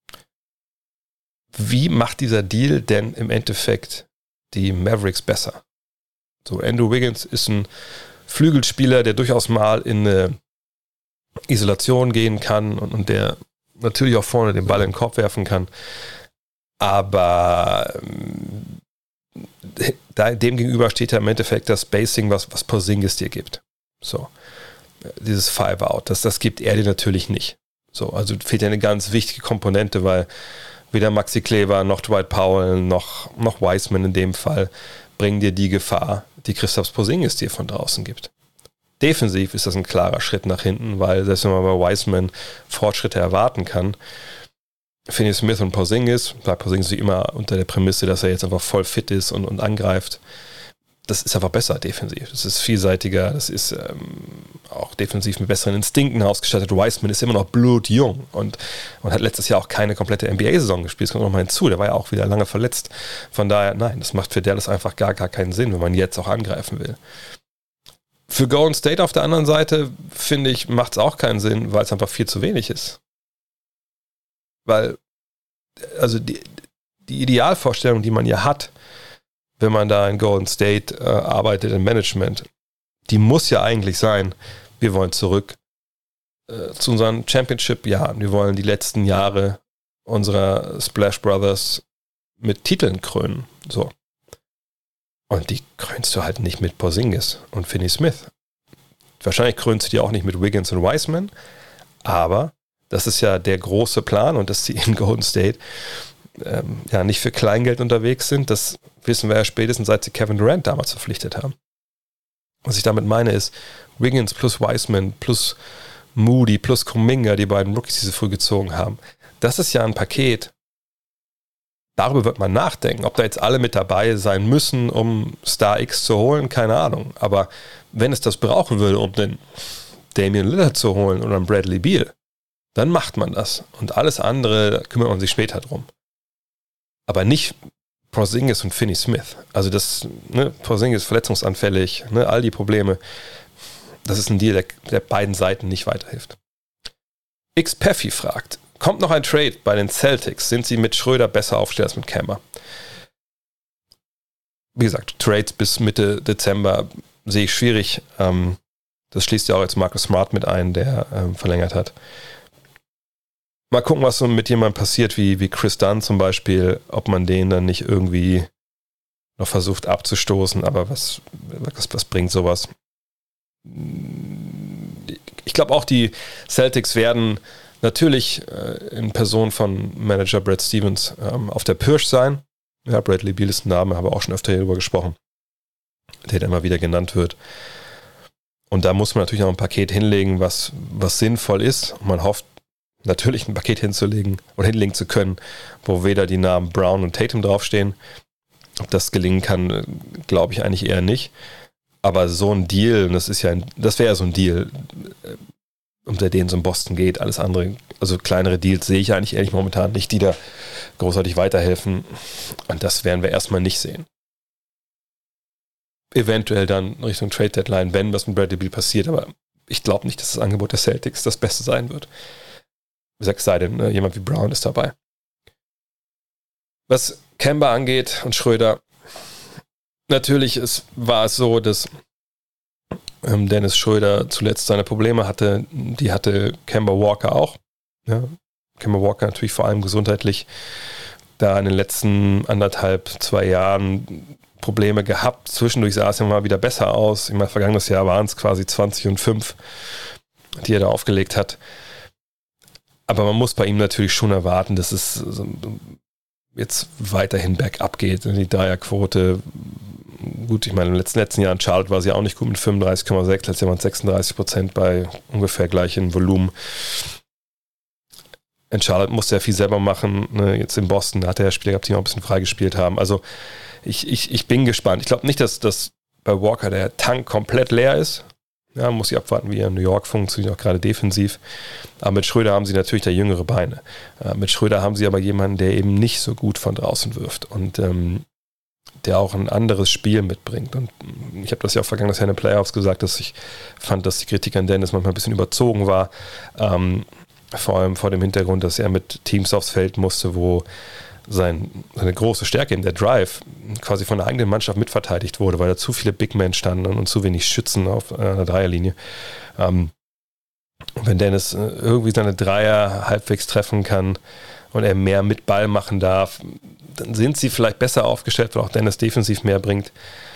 wie macht dieser Deal denn im Endeffekt die Mavericks besser? So, Andrew Wiggins ist ein Flügelspieler, der durchaus mal in eine Isolation gehen kann und, und der natürlich auch vorne den Ball in den Korb werfen kann. Aber da, dem gegenüber steht ja im Endeffekt das Spacing, was, was Porzingis dir gibt. So, dieses Five-Out, das, das gibt er dir natürlich nicht. So, also fehlt ja eine ganz wichtige Komponente, weil weder Maxi Kleber noch Dwight Powell noch, noch Wiseman in dem Fall bringen dir die Gefahr, die Kristaps Porzingis dir von draußen gibt. Defensiv ist das ein klarer Schritt nach hinten, weil selbst wenn man bei Wiseman Fortschritte erwarten kann, Finney Smith und Porzingis, bleibt Porzingis wie immer unter der Prämisse, dass er jetzt einfach voll fit ist und, und angreift. Das ist einfach besser defensiv. Das ist vielseitiger, das ist ähm, auch defensiv mit besseren Instinkten ausgestattet. Wiseman ist immer noch blutjung und, und hat letztes Jahr auch keine komplette N B A-Saison gespielt. Das kommt noch mal hinzu, der war ja auch wieder lange verletzt. Von daher, nein, das macht für Dallas einfach gar, gar keinen Sinn, wenn man jetzt auch angreifen will. Für Golden State auf der anderen Seite, finde ich, macht es auch keinen Sinn, weil es einfach viel zu wenig ist. Weil, also die, die Idealvorstellung, die man ja hat, wenn man da in Golden State äh, arbeitet im Management, die muss ja eigentlich sein, wir wollen zurück äh, zu unseren Championship-Jahren. Wir wollen die letzten Jahre unserer Splash Brothers mit Titeln krönen. So. Und die krönst du halt nicht mit Porzingis und Finney Smith. Wahrscheinlich krönst du die auch nicht mit Wiggins und Wiseman, aber das ist ja der große Plan und dass sie in Golden State ähm, ja nicht für Kleingeld unterwegs sind, das wissen wir ja spätestens, seit sie Kevin Durant damals verpflichtet haben. Was ich damit meine ist, Wiggins plus Wiseman plus Moody plus Kuminga, die beiden Rookies, die sie früh gezogen haben, das ist ja ein Paket. Darüber wird man nachdenken, ob da jetzt alle mit dabei sein müssen, um Star X zu holen, keine Ahnung. Aber wenn es das brauchen würde, um den Damian Lillard zu holen oder einen Bradley Beal, dann macht man das. Und alles andere, da kümmert man sich später drum. Aber nicht Porzingis und Finney Smith. Also das, ne, Porzingis verletzungsanfällig, ne, all die Probleme. Das ist ein Deal, der, der beiden Seiten nicht weiterhilft. X Peffy fragt, kommt noch ein Trade bei den Celtics? Sind sie mit Schröder besser aufgestellt als mit Kemba? Wie gesagt, Trades bis Mitte Dezember sehe ich schwierig. Ähm, das schließt ja auch jetzt Marcus Smart mit ein, der ähm, verlängert hat. Mal gucken, was so mit jemandem passiert, wie, wie Chris Dunn zum Beispiel, ob man den dann nicht irgendwie noch versucht abzustoßen, aber was, was, was bringt sowas? Ich glaube auch, die Celtics werden natürlich äh, in Person von Manager Brad Stevens ähm, auf der Pirsch sein. Ja, Bradley Beal ist ein Name, haben wir auch schon öfter hierüber gesprochen, der dann immer wieder genannt wird. Und da muss man natürlich auch ein Paket hinlegen, was, was sinnvoll ist. Und man hofft, natürlich ein Paket hinzulegen oder hinlegen zu können, wo weder die Namen Brown und Tatum draufstehen. Ob das gelingen kann, glaube ich eigentlich eher nicht. Aber so ein Deal, das ist ja ein, das wäre ja so ein Deal, unter den es um Boston geht. Alles andere, also kleinere Deals sehe ich eigentlich ehrlich momentan nicht, die da großartig weiterhelfen. Und das werden wir erstmal nicht sehen. Eventuell dann Richtung Trade Deadline, wenn was mit Bradley Beal passiert, aber ich glaube nicht, dass das Angebot der Celtics das Beste sein wird. Wie gesagt, sei denn, ne, jemand wie Brown ist dabei. Was Kemba angeht und Schröder, natürlich ist, war es so, dass ähm, Dennis Schröder zuletzt seine Probleme hatte. Die hatte Kemba Walker auch. Ja. Kemba Walker natürlich vor allem gesundheitlich da in den letzten anderthalb, zwei Jahren Probleme gehabt. Zwischendurch sah es ja mal wieder besser aus. Ich meine, vergangenes Jahr waren es quasi zwanzig und fünf, die er da aufgelegt hat. Aber man muss bei ihm natürlich schon erwarten, dass es jetzt weiterhin bergab geht. Die Dreierquote, gut, ich meine, im letzten, letzten Jahr in Charlotte war sie auch nicht gut mit fünfunddreißig Komma sechs, letztes Jahr waren es sechsunddreißig Prozent bei ungefähr gleichem Volumen. In Charlotte musste er viel selber machen. Ne? Jetzt in Boston hat er Spieler gehabt, die noch ein bisschen freigespielt haben. Also ich, ich, ich bin gespannt. Ich glaube nicht, dass, dass bei Walker der Tank komplett leer ist. Ja, muss ich abwarten, wie er in New York funktioniert, auch gerade defensiv. Aber mit Schröder haben sie natürlich da jüngere Beine. Äh, mit Schröder haben sie aber jemanden, der eben nicht so gut von draußen wirft und ähm, der auch ein anderes Spiel mitbringt. Und ich habe das ja auch vergangenes Jahr in den Playoffs gesagt, dass ich fand, dass die Kritik an Dennis manchmal ein bisschen überzogen war. Ähm, vor allem vor dem Hintergrund, dass er mit Teams aufs Feld musste, wo sein, seine große Stärke in der Drive quasi von der eigenen Mannschaft mitverteidigt wurde, weil da zu viele Big Men standen und zu wenig Schützen auf einer Dreierlinie. Ähm, wenn Dennis irgendwie seine Dreier halbwegs treffen kann und er mehr mit Ball machen darf, dann sind sie vielleicht besser aufgestellt, weil auch Dennis defensiv mehr bringt.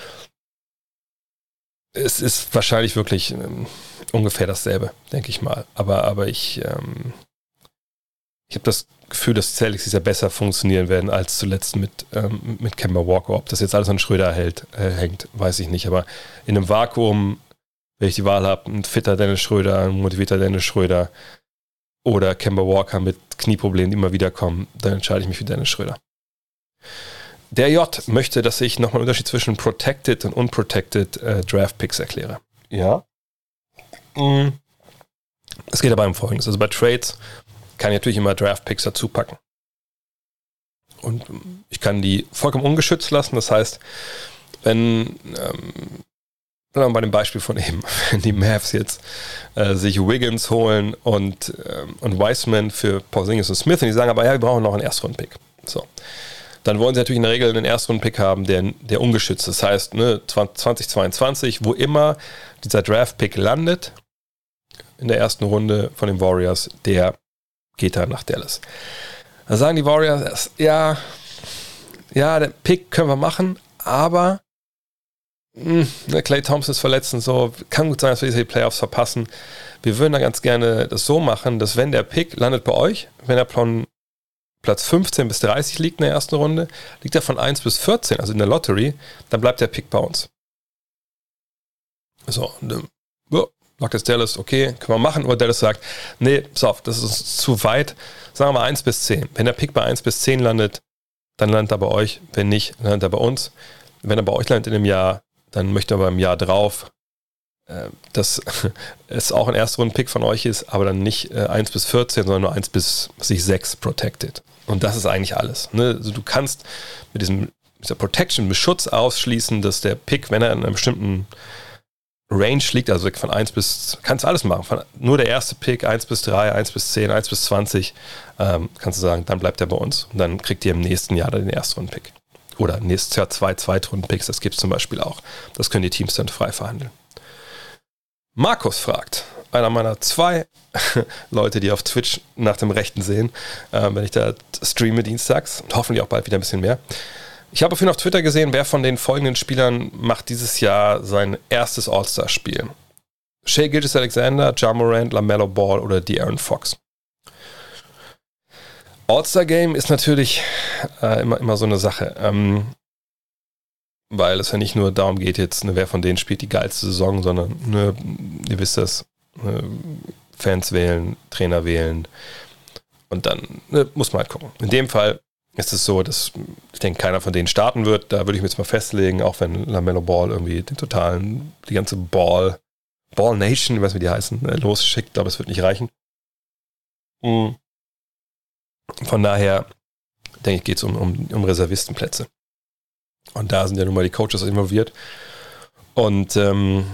Es ist wahrscheinlich wirklich ähm, ungefähr dasselbe, denke ich mal. Aber, aber ich, ähm, ich habe das Gefühl, dass die Celtics ja besser funktionieren werden als zuletzt mit, ähm, mit Kemba Walker. Ob das jetzt alles an Schröder hält, äh, hängt, weiß ich nicht. Aber in einem Vakuum, wenn ich die Wahl habe, ein fitter Dennis Schröder, ein motivierter Dennis Schröder oder Kemba Walker mit Knieproblemen, die immer wieder kommen, dann entscheide ich mich für Dennis Schröder. Der J möchte, dass ich nochmal einen Unterschied zwischen Protected und Unprotected äh, Draft Picks erkläre. Ja. Mhm. Es geht aber um Folgendes. Also bei Trades kann ich natürlich immer Draft Picks dazu packen. Und ich kann die vollkommen ungeschützt lassen. Das heißt, wenn, ähm, bei dem Beispiel von eben, wenn die Mavs jetzt äh, sich Wiggins holen und, ähm, und Wiseman für Porzingis und Smith und die sagen aber, ja, wir brauchen noch einen Erstrunden-Pick. So. Dann wollen sie natürlich in der Regel einen Erstrunden-Pick haben, der, der ungeschützt ist. Das heißt, ne, zwanzig zweiundzwanzig, wo immer dieser Draft-Pick landet, in der ersten Runde von den Warriors, der geht dann nach Dallas. Da sagen die Warriors, ja, ja, den Pick können wir machen, aber mh, ne, Klay Thompson ist verletzt und so, kann gut sein, dass wir die Playoffs verpassen. Wir würden da ganz gerne das so machen, dass wenn der Pick landet bei euch, wenn er von Platz fünfzehn bis dreißig liegt in der ersten Runde, liegt er von eins bis vierzehn, also in der Lottery, dann bleibt der Pick bei uns. So, und, ähm, ja, sagt jetzt Dallas, okay, können wir machen, oder Dallas sagt, nee, pass auf, das ist zu weit, sagen wir mal eins bis zehn. Wenn der Pick bei eins bis zehn landet, dann landet er bei euch, wenn nicht, dann landet er bei uns. Wenn er bei euch landet in einem Jahr, dann möchte er beim Jahr drauf, äh, dass es auch ein Erstrunden-Pick von euch ist, aber dann nicht äh, eins bis vierzehn, sondern nur eins bis sechs protected. Und das ist eigentlich alles. Ne? Also du kannst mit diesem, dieser Protection, mit Schutz ausschließen, dass der Pick, wenn er in einem bestimmten Range liegt, also von eins bis, kannst du alles machen. Von, nur der erste Pick, eins bis drei, eins bis zehn, eins bis zwanzig, ähm, kannst du sagen, dann bleibt er bei uns. Und dann kriegt ihr im nächsten Jahr dann den Erstrunden-Pick. Oder nächstes Jahr zwei Zweitrunden-Picks, das gibt es zum Beispiel auch. Das können die Teams dann frei verhandeln. Markus fragt, einer meiner zwei Leute, die auf Twitch nach dem Rechten sehen, äh, wenn ich da streame dienstags und hoffentlich auch bald wieder ein bisschen mehr. Ich habe auf ihn auf Twitter gesehen, wer von den folgenden Spielern macht dieses Jahr sein erstes All-Star-Spiel. Shai Gilgeous-Alexander, Ja Morant, LaMelo Ball oder De'Aaron Fox. All-Star-Game ist natürlich äh, immer, immer so eine Sache, ähm, weil es ja nicht nur darum geht jetzt, ne, wer von denen spielt die geilste Saison, sondern ne, ihr wisst das, ne, Fans wählen, Trainer wählen und dann ne, muss man halt gucken. In dem Fall ist es so, dass ich denke, keiner von denen starten wird. Da würde ich mir jetzt mal festlegen, auch wenn LaMelo Ball irgendwie den totalen, die ganze Ball, Ball Nation, ich weiß nicht, wie die heißen, losschickt, aber es wird nicht reichen. Mhm. Von daher, denke ich, geht es um, um, um Reservistenplätze. Und da sind ja nun mal die Coaches involviert. Und ähm,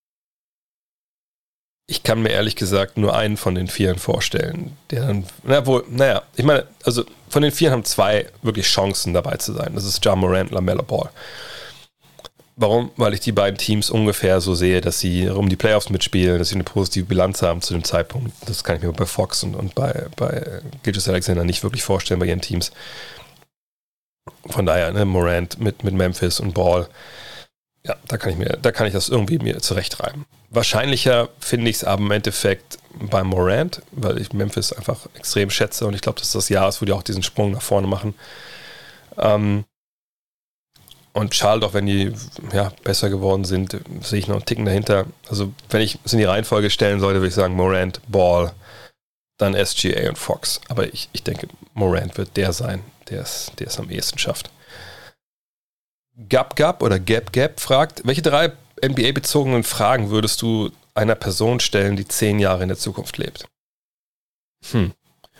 ich kann mir ehrlich gesagt nur einen von den Vieren vorstellen, der dann, na wohl, naja, ich meine, also von den Vieren haben zwei wirklich Chancen dabei zu sein. Das ist Ja Morant, LaMelo Ball. Warum? Weil ich die beiden Teams ungefähr so sehe, dass sie um die Playoffs mitspielen, dass sie eine positive Bilanz haben zu dem Zeitpunkt. Das kann ich mir bei Fox und, und bei, bei Gilgeous-Alexander nicht wirklich vorstellen bei ihren Teams. Von daher, ne, Morant mit, mit Memphis und Ball, ja, da kann ich mir, da kann ich das irgendwie mir zurechtreiben. Wahrscheinlicher finde ich es aber im Endeffekt bei Morant, weil ich Memphis einfach extrem schätze und ich glaube, dass das Jahr ist, wo die auch diesen Sprung nach vorne machen. Ähm, und Charlotte, auch wenn die ja, besser geworden sind, sehe ich noch einen Ticken dahinter. Also wenn ich es in die Reihenfolge stellen sollte, würde ich sagen Morant, Ball, dann S G A und Fox. Aber ich, ich denke, Morant wird der sein, der es, der es am ehesten schafft. Gap Gap oder Gap Gap fragt, welche drei N B A-bezogenen Fragen würdest du einer Person stellen, die zehn Jahre in der Zukunft lebt? Hm.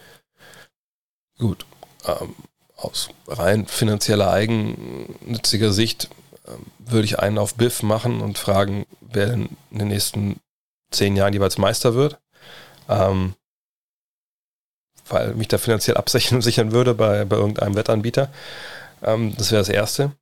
Gut. Ähm, aus rein finanzieller, eigennütziger Sicht ähm, würde ich einen auf Biff machen und fragen, wer denn in den nächsten zehn Jahren jeweils Meister wird. Ähm, weil mich da finanziell absichern würde bei, bei irgendeinem Wettanbieter. Ähm, das wäre das Erste.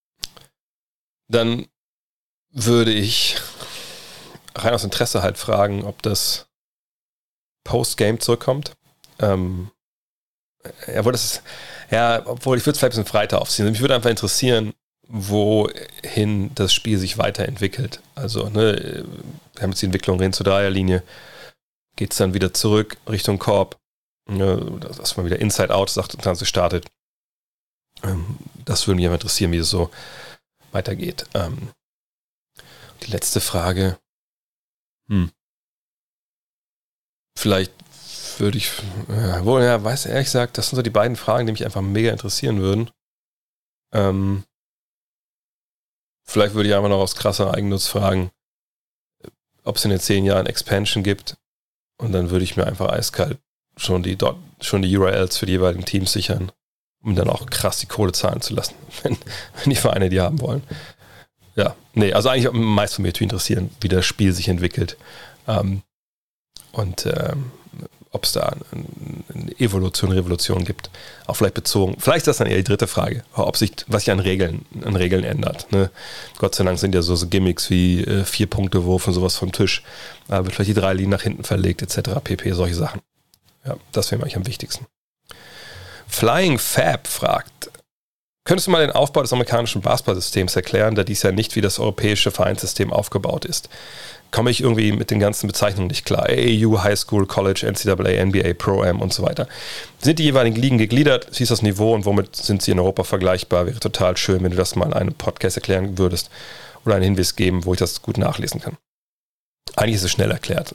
Dann würde ich rein aus Interesse halt fragen, ob das Post-Game zurückkommt. Ähm, obwohl das ist, ja, obwohl ich würde es vielleicht ein bisschen breiter aufziehen. Mich würde einfach interessieren, wohin das Spiel sich weiterentwickelt. Also, ne, wir haben jetzt die Entwicklung hin zur Dreierlinie. Geht es dann wieder zurück Richtung Korb? dass man wieder Inside Out sagt, das Ganze startet. Das würde mich aber interessieren, wie es so weitergeht. Die letzte Frage. Hm. Vielleicht würde ich, ja, wohl, ja, weiß ehrlich gesagt, das sind so die beiden Fragen, die mich einfach mega interessieren würden. Ähm, vielleicht würde ich einfach noch aus krasser Eigennutz fragen, ob es in den zehn Jahren Expansion gibt, und dann würde ich mir einfach eiskalt schon die, dort, schon die U R Ls für die jeweiligen Teams sichern, um dann auch krass die Kohle zahlen zu lassen, wenn, wenn die Vereine die haben wollen. Ja, nee, also eigentlich meist von mir zu interessieren, wie das Spiel sich entwickelt. Ähm, und ähm, ob es da eine Evolution, Revolution gibt. Auch vielleicht bezogen, vielleicht ist das dann eher die dritte Frage, ob sich, was sich an Regeln, an Regeln ändert. Ne? Gott sei Dank sind ja so, so Gimmicks wie äh, Vier-Punkte-Wurf und sowas vom Tisch. Da wird vielleicht die drei Linien nach hinten verlegt, et cetera pp, solche Sachen. Ja, das wäre mir eigentlich am wichtigsten. Flying Fab fragt, könntest du mal den Aufbau des amerikanischen Basketballsystems erklären, da dies ja nicht wie das europäische Vereinssystem aufgebaut ist? Komme ich irgendwie mit den ganzen Bezeichnungen nicht klar. A A U, High School, College, N C A A, N B A, Pro-Am und so weiter. Sind die jeweiligen Ligen gegliedert? Wie ist das Niveau und womit sind sie in Europa vergleichbar? Wäre total schön, wenn du das mal in einem Podcast erklären würdest oder einen Hinweis geben, wo ich das gut nachlesen kann. Eigentlich ist es schnell erklärt.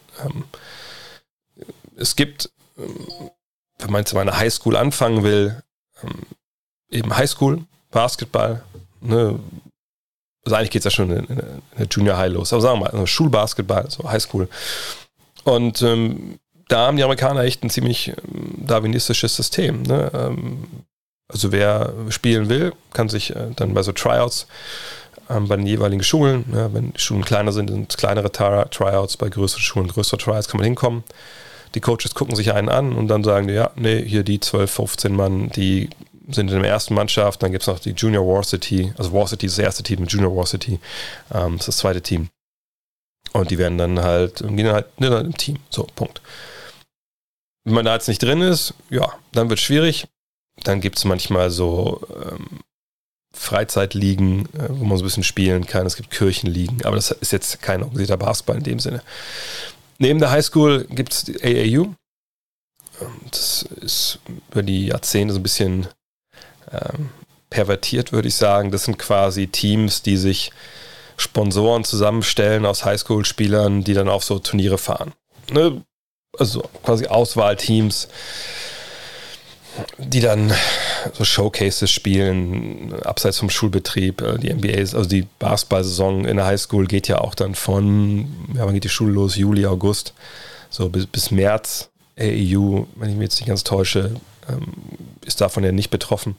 Es gibt, wenn man jetzt mal eine High School anfangen will, eben High School, Basketball, ne? Also eigentlich geht es ja schon in, in, in der Junior High los, aber sagen wir mal, also Schulbasketball, so Highschool. Und ähm, da haben die Amerikaner echt ein ziemlich ähm, darwinistisches System. Ne? Ähm, also wer spielen will, kann sich äh, dann bei so Tryouts ähm, bei den jeweiligen Schulen, ja, wenn die Schulen kleiner sind, sind es kleinere Tri- Tryouts, bei größeren Schulen größere Tryouts, kann man hinkommen. Die Coaches gucken sich einen an und dann sagen die, ja, nee, hier die zwölf, fünfzehn Mann, die sind in der ersten Mannschaft, dann gibt es noch die Junior Varsity, also Varsity ist das erste Team, Junior Varsity ähm, ist das zweite Team. Und die werden dann halt, gehen dann halt ne, im Team, so, Punkt. Wenn man da jetzt nicht drin ist, ja, dann wird es schwierig. Dann gibt es manchmal so ähm, Freizeitligen, äh, wo man so ein bisschen spielen kann. Es gibt Kirchenligen, aber das ist jetzt kein organisierter Basketball in dem Sinne. Neben der Highschool gibt es die A A U. Das ist über die Jahrzehnte so ein bisschen ähm, pervertiert, würde ich sagen. Das sind quasi Teams, die sich Sponsoren zusammenstellen aus Highschool-Spielern, die dann auf so Turniere fahren. Ne? Also quasi Auswahlteams, die dann so Showcases spielen, abseits vom Schulbetrieb. Die N B A, also die Basketball-Saison in der Highschool geht ja auch dann von, ja, wann geht die Schule los? Juli, August, so bis, bis März. A A U, wenn ich mich jetzt nicht ganz täusche, ähm, ist davon ja nicht betroffen.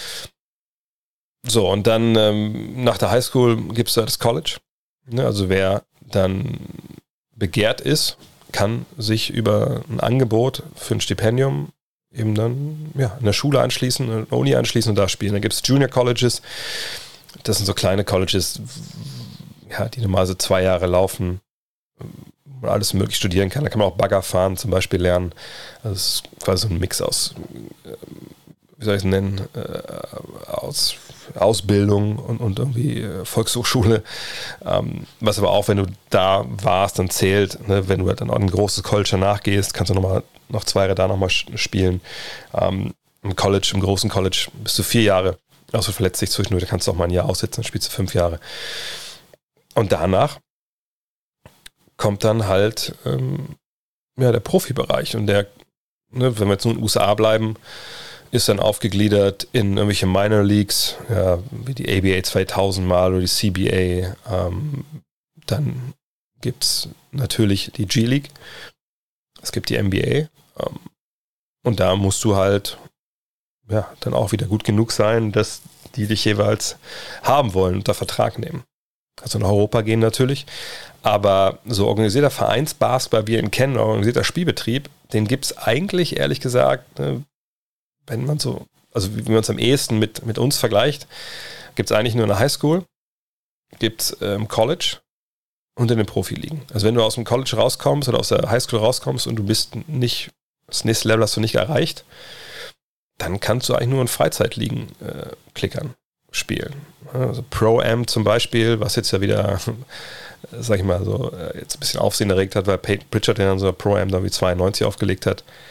So, und dann ähm, nach der Highschool gibt es da das College. Ne, also wer dann begehrt ist, kann sich über ein Angebot für ein Stipendium eben dann ja, in der Schule anschließen, in der Uni anschließen und da spielen. Dann gibt es Junior Colleges. Das sind so kleine Colleges, ja, die normalerweise zwei Jahre laufen, wo man alles möglich studieren kann. Da kann man auch Bagger fahren zum Beispiel lernen. Das ist quasi so ein Mix aus, wie soll ich es nennen, aus Ausbildung und, und irgendwie Volkshochschule. Was aber auch, wenn du da warst, dann zählt. Ne? Wenn du halt dann auch ein großes College danach gehst, kannst du noch, mal, noch zwei Jahre da nochmal spielen. Im College, im großen College bist du vier Jahre. Also verletzt dich zwischendurch, da kannst du auch mal ein Jahr aussetzen, dann spielst du fünf Jahre. Und danach kommt dann halt ähm, ja, der Profibereich. Und der, ne, wenn wir jetzt nur in den U S A bleiben, ist dann aufgegliedert in irgendwelche Minor Leagues, ja, wie die A B A zweitausend mal oder die C B A. Ähm, dann gibt es natürlich die G-League. Es gibt die N B A. Ähm, und da musst du halt ja, dann auch wieder gut genug sein, dass die dich jeweils haben wollen und unter Vertrag nehmen. Also nach Europa gehen natürlich. Aber so organisierter Vereinsbasketball, wie wir ihn kennen, organisierter Spielbetrieb, den gibt es eigentlich, ehrlich gesagt, ne, wenn man so, also wie man es am ehesten mit, mit uns vergleicht, gibt es eigentlich nur eine Highschool, gibt es ähm, College und in den Profiligen. Also wenn du aus dem College rauskommst oder aus der Highschool rauskommst und du bist nicht, das nächste Level hast du nicht erreicht, dann kannst du eigentlich nur in Freizeitligen äh, klickern, spielen. Also Pro-Am zum Beispiel, was jetzt ja wieder, sag ich mal so, jetzt ein bisschen Aufsehen erregt hat, weil Peyton Pritchard ja dann so Pro-Am dann wie zweiundneunzig aufgelegt hat.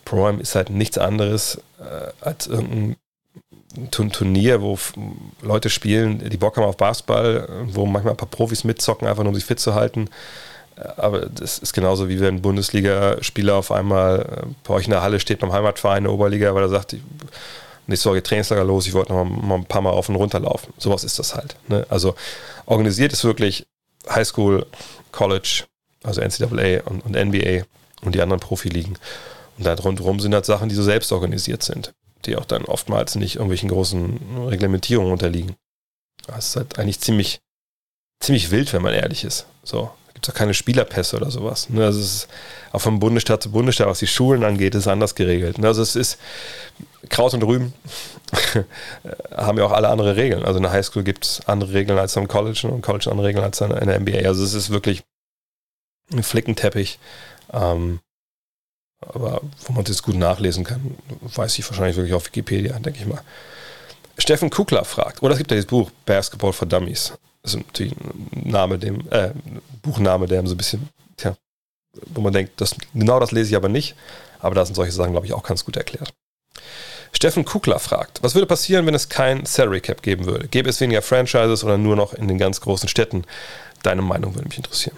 Pro-Am ist halt nichts anderes äh, als irgendein Turnier, wo f- Leute spielen, die Bock haben auf Basketball, wo manchmal ein paar Profis mitzocken, einfach nur um sich fit zu halten. Aber das ist genauso wie wenn ein Bundesligaspieler auf einmal bei euch in der Halle steht beim Heimatverein in der Oberliga, weil er sagt, nächste Woche geht Trainingslager los, ich wollte noch mal, mal ein paar Mal auf und runter laufen. Sowas ist das halt. Ne? Also organisiert ist wirklich Highschool, College, also N C A A und, und N B A und die anderen Profiligen. Und da rundherum sind halt Sachen, die so selbst organisiert sind, die auch dann oftmals nicht irgendwelchen großen Reglementierungen unterliegen. Das ist halt eigentlich ziemlich, ziemlich wild, wenn man ehrlich ist. So. Gibt es auch keine Spielerpässe oder sowas. Ne? Also es ist auch vom Bundesstaat zu Bundesstaat, was die Schulen angeht, ist anders geregelt. Ne? Also es ist Kraut und Rüben haben ja auch alle andere Regeln. Also in der Highschool gibt es andere Regeln als am College und im College andere Regeln als in der N B A. Also es ist wirklich ein Flickenteppich. Ähm, aber wo man das gut nachlesen kann, weiß ich wahrscheinlich wirklich auf Wikipedia, denke ich mal. Steffen Kukler fragt, oder es gibt ja dieses Buch Basketball for Dummies. Das ist natürlich ein Name, dem, äh, Buchname, der so ein bisschen, tja, wo man denkt, das, genau das lese ich aber nicht. Aber da sind solche Sachen, glaube ich, auch ganz gut erklärt. Steffen Kukler fragt, was würde passieren, wenn es kein Salary Cap geben würde? Gäbe es weniger Franchises oder nur noch in den ganz großen Städten? Deine Meinung würde mich interessieren.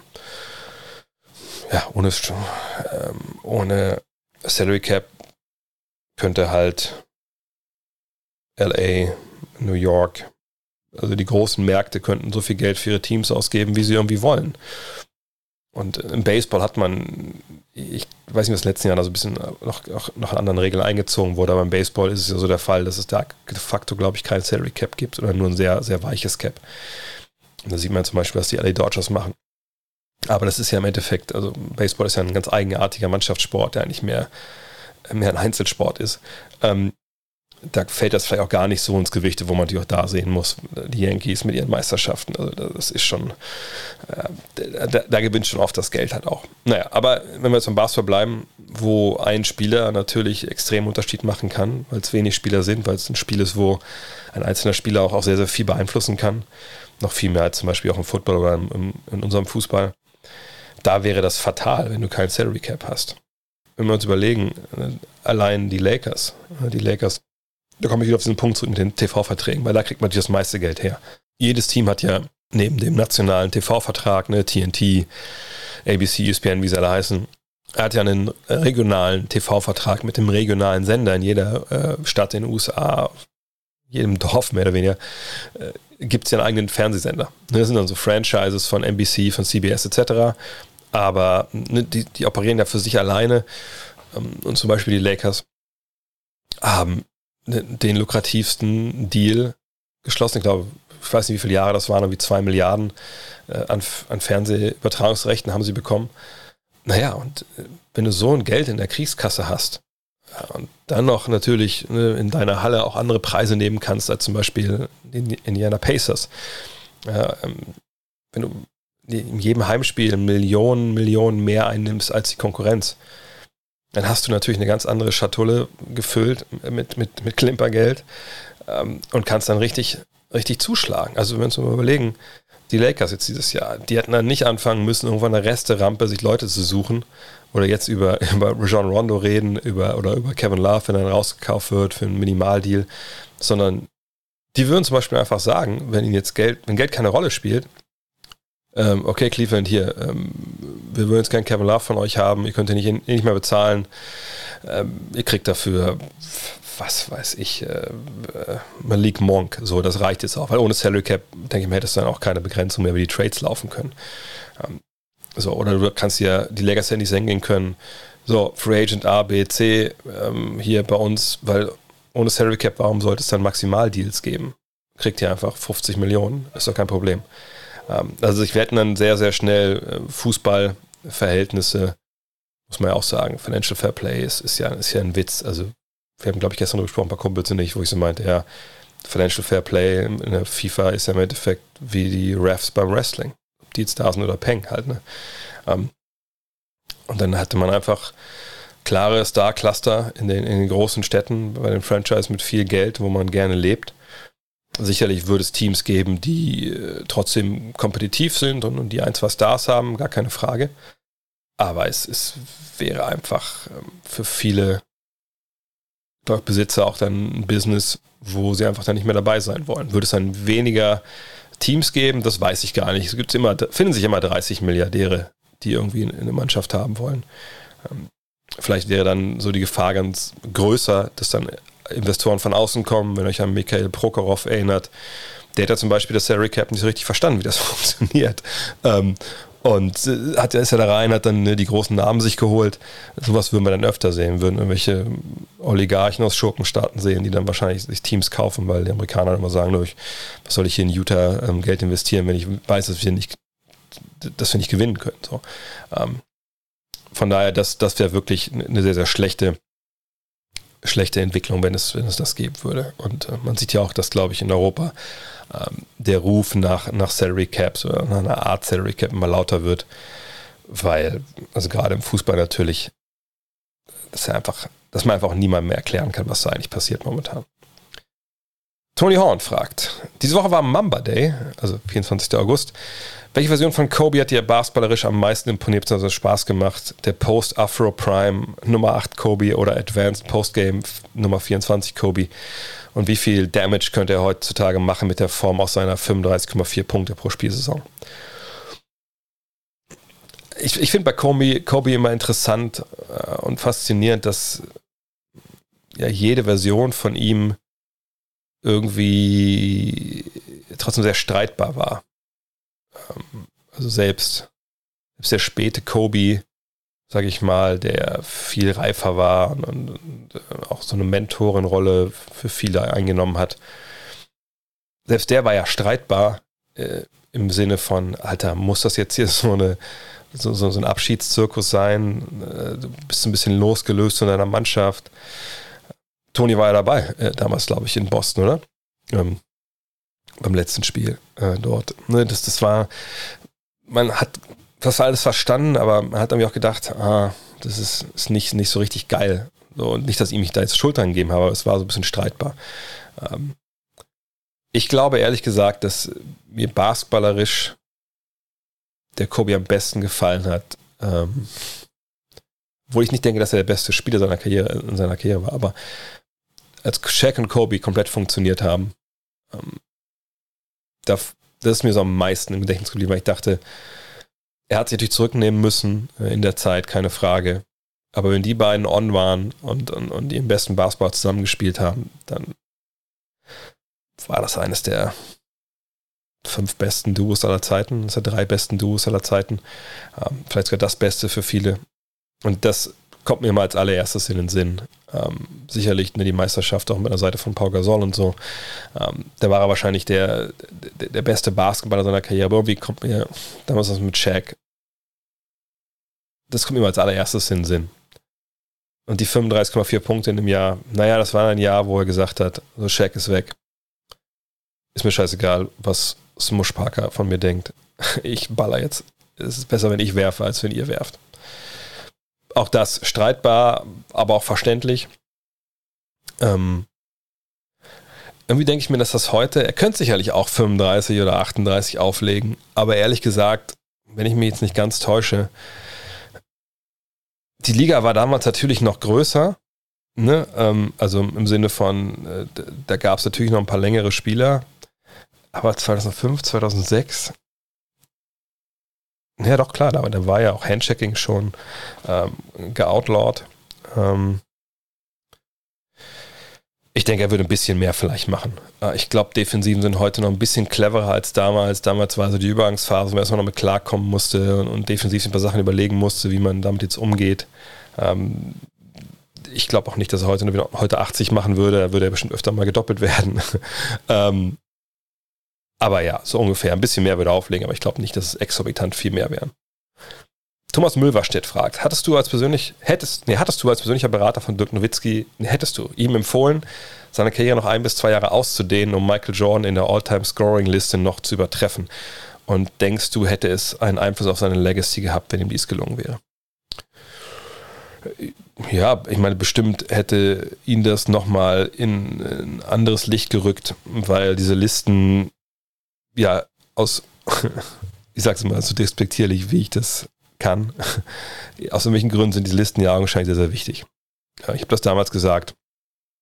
Ja, ohne, ähm, ohne Salary Cap könnte halt L A, New York, also die großen Märkte könnten so viel Geld für ihre Teams ausgeben, wie sie irgendwie wollen. Und im Baseball hat man, ich weiß nicht, was in den letzten Jahren also ein bisschen noch, noch, noch an anderen Regeln eingezogen wurde, aber im Baseball ist es ja so der Fall, dass es da de facto, glaube ich, kein Salary Cap gibt oder nur ein sehr, sehr weiches Cap. Und da sieht man zum Beispiel, was die L A Dodgers machen. Aber das ist ja im Endeffekt, also Baseball ist ja ein ganz eigenartiger Mannschaftssport, der eigentlich mehr, mehr ein Einzelsport ist. Ähm, da fällt das vielleicht auch gar nicht so ins Gewicht, wo man die auch da sehen muss. Die Yankees mit ihren Meisterschaften, also das ist schon, äh, da, da gewinnt schon oft das Geld halt auch. Naja, aber wenn wir jetzt beim Basketball bleiben, wo ein Spieler natürlich extrem Unterschied machen kann, weil es wenig Spieler sind, weil es ein Spiel ist, wo ein einzelner Spieler auch, auch sehr, sehr viel beeinflussen kann, noch viel mehr als zum Beispiel auch im Football oder im, in unserem Fußball, da wäre das fatal, wenn du kein Salary Cap hast. Wenn wir uns überlegen, allein die Lakers, die Lakers, da komme ich wieder auf diesen Punkt zurück mit den T V-Verträgen, weil da kriegt man natürlich das meiste Geld her. Jedes Team hat ja neben dem nationalen T V-Vertrag, ne, T N T, A B C, E S P N, wie sie alle heißen, er hat ja einen regionalen T V-Vertrag mit dem regionalen Sender in jeder äh, Stadt in den U S A, jedem Dorf mehr oder weniger, äh, gibt es ja einen eigenen Fernsehsender. Das sind dann so Franchises von N B C, von C B S et cetera. Aber ne, die, die operieren ja für sich alleine. Ähm, und zum Beispiel die Lakers haben ne, den lukrativsten Deal geschlossen. Ich glaube, ich weiß nicht, wie viele Jahre das waren, irgendwie zwei Milliarden äh, an, an Fernsehübertragungsrechten haben sie bekommen. Naja, und äh, wenn du so ein Geld in der Kriegskasse hast, ja, und dann noch natürlich ne, in deiner Halle auch andere Preise nehmen kannst, als zum Beispiel die Indiana Pacers. Ja, ähm, wenn du in jedem Heimspiel Millionen, Millionen mehr einnimmst als die Konkurrenz, dann hast du natürlich eine ganz andere Schatulle gefüllt mit, mit, mit Klimpergeld ähm, und kannst dann richtig, richtig zuschlagen. Also wenn wir uns mal überlegen, die Lakers jetzt dieses Jahr, die hätten dann nicht anfangen müssen, irgendwann eine Resterampe sich Leute zu suchen oder jetzt über, über Rajon Rondo reden über, oder über Kevin Love, wenn er rausgekauft wird für einen Minimaldeal, sondern die würden zum Beispiel einfach sagen, wenn ihnen jetzt Geld, wenn Geld keine Rolle spielt, ähm, okay, Cleveland, hier, ähm, wir würden jetzt gerne Kevin Love von euch haben, ihr könnt ihn nicht, nicht mehr bezahlen, ähm, ihr kriegt dafür, was weiß ich, äh, Malik Monk, so, das reicht jetzt auch, weil ohne Salary Cap, denke ich mir, hättest du dann auch keine Begrenzung mehr, wie die Trades laufen können. Ähm, so, oder du kannst ja die Lakers Handys hingehen können, so, Free Agent A, B, C, ähm, hier bei uns, weil ohne Salary Cap, warum sollte es dann Maximaldeals geben? Kriegt ihr einfach fünfzig Millionen, ist doch kein Problem. Ähm, also ich werde dann sehr, sehr schnell äh, Fußballverhältnisse, muss man ja auch sagen, Financial Fair Play ist, ist, ja, ist ja ein Witz. Also wir haben, glaube ich, gestern darüber gesprochen, ein paar Kumpels nicht, wo ich so meinte, ja, Financial Fair Play in der FIFA ist ja im Endeffekt wie die Refs beim Wrestling. Ob die jetzt da sind oder Peng halt, ne? Ähm, und dann hatte man einfach klare Star-Cluster in den, in den großen Städten, bei den Franchise mit viel Geld, wo man gerne lebt. Sicherlich würde es Teams geben, die äh, trotzdem kompetitiv sind und, und die ein, zwei Stars haben, gar keine Frage. Aber es, es wäre einfach ähm, für viele Besitzer auch dann ein Business, wo sie einfach dann nicht mehr dabei sein wollen. Würde es dann weniger Teams geben? Das weiß ich gar nicht. Es gibt immer, finden sich immer dreißig Milliardäre, die irgendwie eine Mannschaft haben wollen. Vielleicht wäre dann so die Gefahr ganz größer, dass dann Investoren von außen kommen, wenn ihr euch an Mikhail Prokhorov erinnert. Der hat ja zum Beispiel das Salary Cap nicht so richtig verstanden, wie das funktioniert. Ähm, und hat, ist ja da rein, hat dann die großen Namen sich geholt. Sowas würden wir dann öfter sehen, würden irgendwelche Oligarchen aus Schurkenstaaten sehen, die dann wahrscheinlich sich Teams kaufen, weil die Amerikaner immer sagen, was soll ich hier in Utah ähm, Geld investieren, wenn ich weiß, dass wir nicht, dass wir nicht gewinnen können. So. Ähm, von daher, das, das wäre wirklich eine sehr, sehr schlechte schlechte Entwicklung, wenn es, wenn es das geben würde. Und äh, man sieht ja auch, dass, glaube ich, in Europa ähm, der Ruf nach, nach Salary Caps oder nach einer Art Salary Cap immer lauter wird, weil, also gerade im Fußball natürlich, dass er einfach, dass man einfach niemandem mehr erklären kann, was da eigentlich passiert momentan. Tony Horn fragt, diese Woche war Mamba Day, also vierundzwanzigster August. Welche Version von Kobe hat dir basketballerisch am meisten imponiert, bzw. Spaß gemacht? Der Post-Afro-Prime Nummer acht Kobe oder Advanced Postgame Nummer vierundzwanzig Kobe? Und wie viel Damage könnte er heutzutage machen mit der Form aus seiner fünfunddreißig Komma vier Punkte pro Spielsaison? Ich, ich finde bei Kobe, Kobe immer interessant äh, und faszinierend, dass ja jede Version von ihm irgendwie trotzdem sehr streitbar war. Also selbst, selbst der späte Kobe, sage ich mal, der viel reifer war und, und, und auch so eine Mentorenrolle für viele eingenommen hat, selbst der war ja streitbar äh, im Sinne von, Alter, muss das jetzt hier so, eine, so, so, so ein Abschiedszirkus sein? Äh, du bist ein bisschen losgelöst von deiner Mannschaft. Tony war ja dabei, äh, damals glaube ich in Boston, oder? Ähm, beim letzten Spiel äh, dort. Ne, das, das war, man hat das alles verstanden, aber man hat irgendwie auch gedacht, ah, das ist, ist nicht, nicht so richtig geil. So, und nicht, dass ich mich da jetzt Schultern gegeben habe, aber es war so ein bisschen streitbar. Ähm, ich glaube ehrlich gesagt, dass mir basketballerisch der Kobe am besten gefallen hat. Ähm, obwohl ich nicht denke, dass er der beste Spieler seiner Karriere, in seiner Karriere war, aber als Shaq und Kobe komplett funktioniert haben, ähm, das ist mir so am meisten im Gedächtnis geblieben, weil ich dachte, er hat sich natürlich zurücknehmen müssen in der Zeit, keine Frage. Aber wenn die beiden on waren und, und, und die im besten Basketball zusammengespielt haben, dann war das eines der fünf besten Duos aller Zeiten, das sind drei besten Duos aller Zeiten. Ähm, vielleicht sogar das Beste für viele. Und das kommt mir mal als allererstes in den Sinn. Ähm, sicherlich ne, die Meisterschaft auch mit der Seite von Pau Gasol und so. Ähm, der war er wahrscheinlich der, der, der beste Basketballer seiner Karriere. Aber irgendwie kommt mir damals was mit Shaq. Das kommt mir mal als allererstes in den Sinn. Und die fünfunddreißig Komma vier Punkte in dem Jahr, naja, das war ein Jahr, wo er gesagt hat, so Shaq ist weg. Ist mir scheißegal, was Smush Parker von mir denkt. Ich baller jetzt. Es ist besser, wenn ich werfe, als wenn ihr werft. Auch das streitbar, aber auch verständlich. Ähm, irgendwie denke ich mir, dass das heute, er könnte sicherlich auch fünfunddreißig oder achtunddreißig auflegen, aber ehrlich gesagt, wenn ich mich jetzt nicht ganz täusche, die Liga war damals natürlich noch größer, ne? Ähm, also im Sinne von, äh, da gab es natürlich noch ein paar längere Spieler, aber zweitausendfünf, zweitausendsechs, ja doch klar, da, da war ja auch Handshaking schon ähm, geoutlawed. Ähm, ich denke, er würde ein bisschen mehr vielleicht machen. Äh, ich glaube, Defensiven sind heute noch ein bisschen cleverer als damals. Damals war so die Übergangsphase, wo man erstmal noch mit klarkommen musste und, und defensiv ein paar Sachen überlegen musste, wie man damit jetzt umgeht. Ähm, ich glaube auch nicht, dass er heute, heute achtzig machen würde. Da würde er bestimmt öfter mal gedoppelt werden. ähm, Aber ja, so ungefähr. Ein bisschen mehr würde er auflegen, aber ich glaube nicht, dass es exorbitant viel mehr wären. Thomas Müllwarstedt fragt, hattest du als persönlich, hättest, nee, hattest du als persönlicher Berater von Dirk Nowitzki, nee, hättest du ihm empfohlen, seine Karriere noch ein bis zwei Jahre auszudehnen, um Michael Jordan in der All-Time-Scoring-Liste noch zu übertreffen? Und denkst du, hätte es einen Einfluss auf seine Legacy gehabt, wenn ihm dies gelungen wäre? Ja, ich meine, bestimmt hätte ihn das nochmal in ein anderes Licht gerückt, weil diese Listen ja, aus, ich sag's mal so despektierlich, wie ich das kann, aus welchen Gründen sind diese Listen ja augenscheinlich sehr, sehr wichtig. Ja, ich habe das damals gesagt,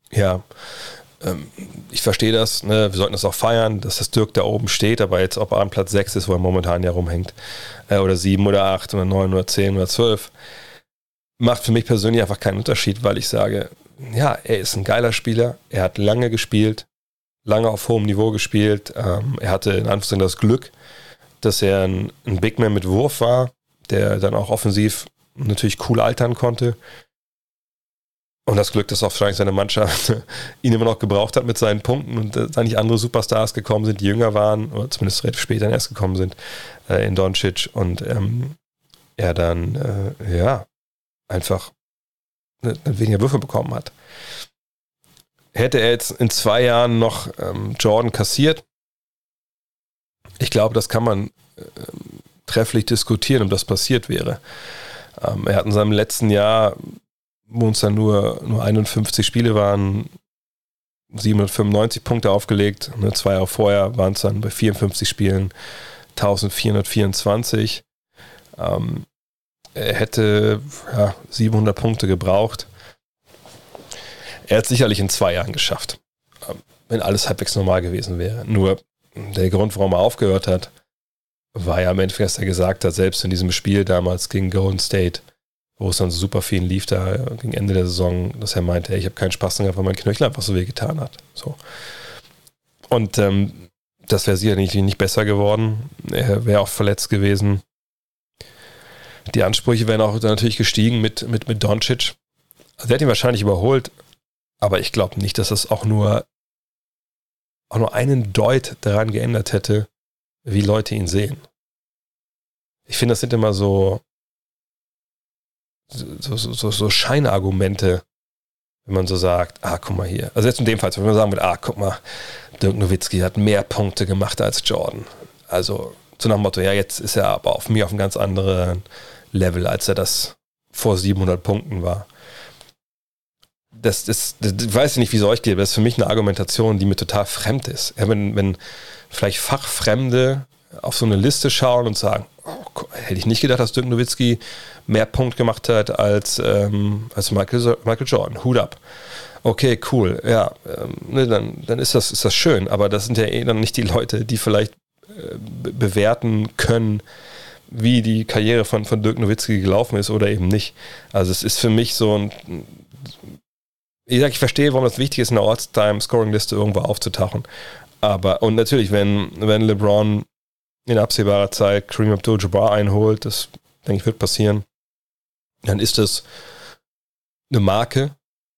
Ja, ähm, ich verstehe das, ne? Wir sollten das auch feiern, dass das Dirk da oben steht, aber jetzt, ob er an Platz sechs ist, wo er momentan ja rumhängt, äh, oder sieben oder acht oder neun oder zehn oder zwölf, macht für mich persönlich einfach keinen Unterschied, weil ich sage, ja, er ist ein geiler Spieler, er hat lange gespielt, lange auf hohem Niveau gespielt, ähm, er hatte in Anführungszeichen das Glück, dass er ein, ein Big Man mit Wurf war, der dann auch offensiv natürlich cool altern konnte. Und das Glück, dass auch wahrscheinlich seine Mannschaft ihn immer noch gebraucht hat mit seinen Punkten und äh, da nicht andere Superstars gekommen sind, die jünger waren, oder zumindest relativ später erst gekommen sind, äh, in Doncic und ähm, er dann, äh, ja, einfach weniger Würfe bekommen hat. Hätte er jetzt in zwei Jahren noch ähm, Jordan kassiert, ich glaube, das kann man äh, trefflich diskutieren, ob das passiert wäre. Ähm, er hat in seinem letzten Jahr, wo uns dann nur, nur einundfünfzig Spiele waren, siebenhundertfünfundneunzig Punkte aufgelegt. Ne, zwei Jahre vorher waren es dann bei vierundfünfzig Spielen eintausendvierhundertvierundzwanzig. Ähm, er hätte ja, siebenhundert Punkte gebraucht. Er hat es sicherlich in zwei Jahren geschafft, wenn alles halbwegs normal gewesen wäre. Nur der Grund, warum er aufgehört hat, war ja im Endeffekt, dass er gesagt hat, selbst in diesem Spiel damals gegen Golden State, wo es dann super viel lief, da gegen Ende der Saison, dass er meinte, ey, ich habe keinen Spaß gehabt, weil mein Knöchel einfach so weh getan hat. So. Und ähm, das wäre sicherlich nicht besser geworden. Er wäre auch verletzt gewesen. Die Ansprüche wären auch natürlich gestiegen mit, mit, mit Doncic. Also er hat ihn wahrscheinlich überholt, aber ich glaube nicht, dass das auch nur, auch nur einen Deut daran geändert hätte, wie Leute ihn sehen. Ich finde, das sind immer so, so, so, so Scheinargumente, wenn man so sagt, ah, guck mal hier. Also jetzt in dem Fall, wenn man sagen würde, ah, guck mal, Dirk Nowitzki hat mehr Punkte gemacht als Jordan. Also so nach dem Motto, ja, jetzt ist er aber auf mir auf einem ganz anderen Level, als er das vor siebenhundert Punkten war. Das, das, das, das weiß ich nicht, wie es euch geht, aber das ist für mich eine Argumentation, die mir total fremd ist. Ja, wenn, wenn vielleicht Fachfremde auf so eine Liste schauen und sagen, oh, hätte ich nicht gedacht, dass Dirk Nowitzki mehr Punkt gemacht hat als, ähm, als Michael, Michael Jordan. Hut ab. Okay, cool. Ja, ähm, ne, dann, dann ist das, ist das schön, aber das sind ja eh dann nicht die Leute, die vielleicht äh, be- bewerten können, wie die Karriere von, von Dirk Nowitzki gelaufen ist oder eben nicht. Also es ist für mich so ein, ich sag, ich verstehe, warum das wichtig ist, in der All-Time-Scoring-Liste irgendwo aufzutauchen. Aber, und natürlich, wenn, wenn LeBron in absehbarer Zeit Kareem Abdul-Jabbar einholt, das, denke ich, wird passieren, dann ist das eine Marke.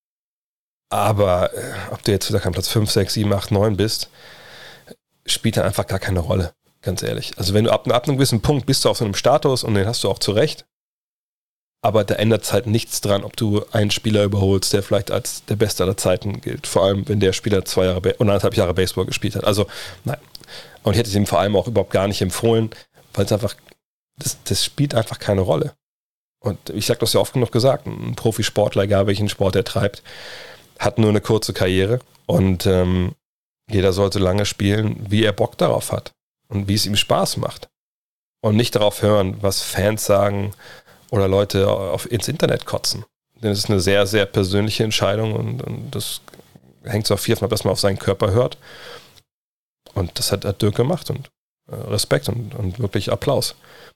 Aber äh, ob du jetzt wieder kein Platz fünf, sechs, sieben, acht, neun bist, spielt dann einfach gar keine Rolle, ganz ehrlich. Also wenn du ab, ab einem gewissen Punkt bist du auf so einem Status und den hast du auch zu Recht, aber da ändert es halt nichts dran, ob du einen Spieler überholst, der vielleicht als der Beste aller Zeiten gilt. Vor allem, wenn der Spieler zwei Jahre oder anderthalb Jahre Baseball gespielt hat. Also, nein. Und ich hätte es ihm vor allem auch überhaupt gar nicht empfohlen, weil es einfach, das, das spielt einfach keine Rolle. Und ich sage das ja oft genug gesagt, ein Profisportler, egal welchen Sport er treibt, hat nur eine kurze Karriere und ähm, jeder sollte lange spielen, wie er Bock darauf hat und wie es ihm Spaß macht. Und nicht darauf hören, was Fans sagen oder Leute auf, ins Internet kotzen. Denn es ist eine sehr, sehr persönliche Entscheidung und, und das hängt so viel davon ab, dass man auf seinen Körper hört. Und das hat, hat Dirk gemacht und äh, Respekt und, und wirklich Applaus.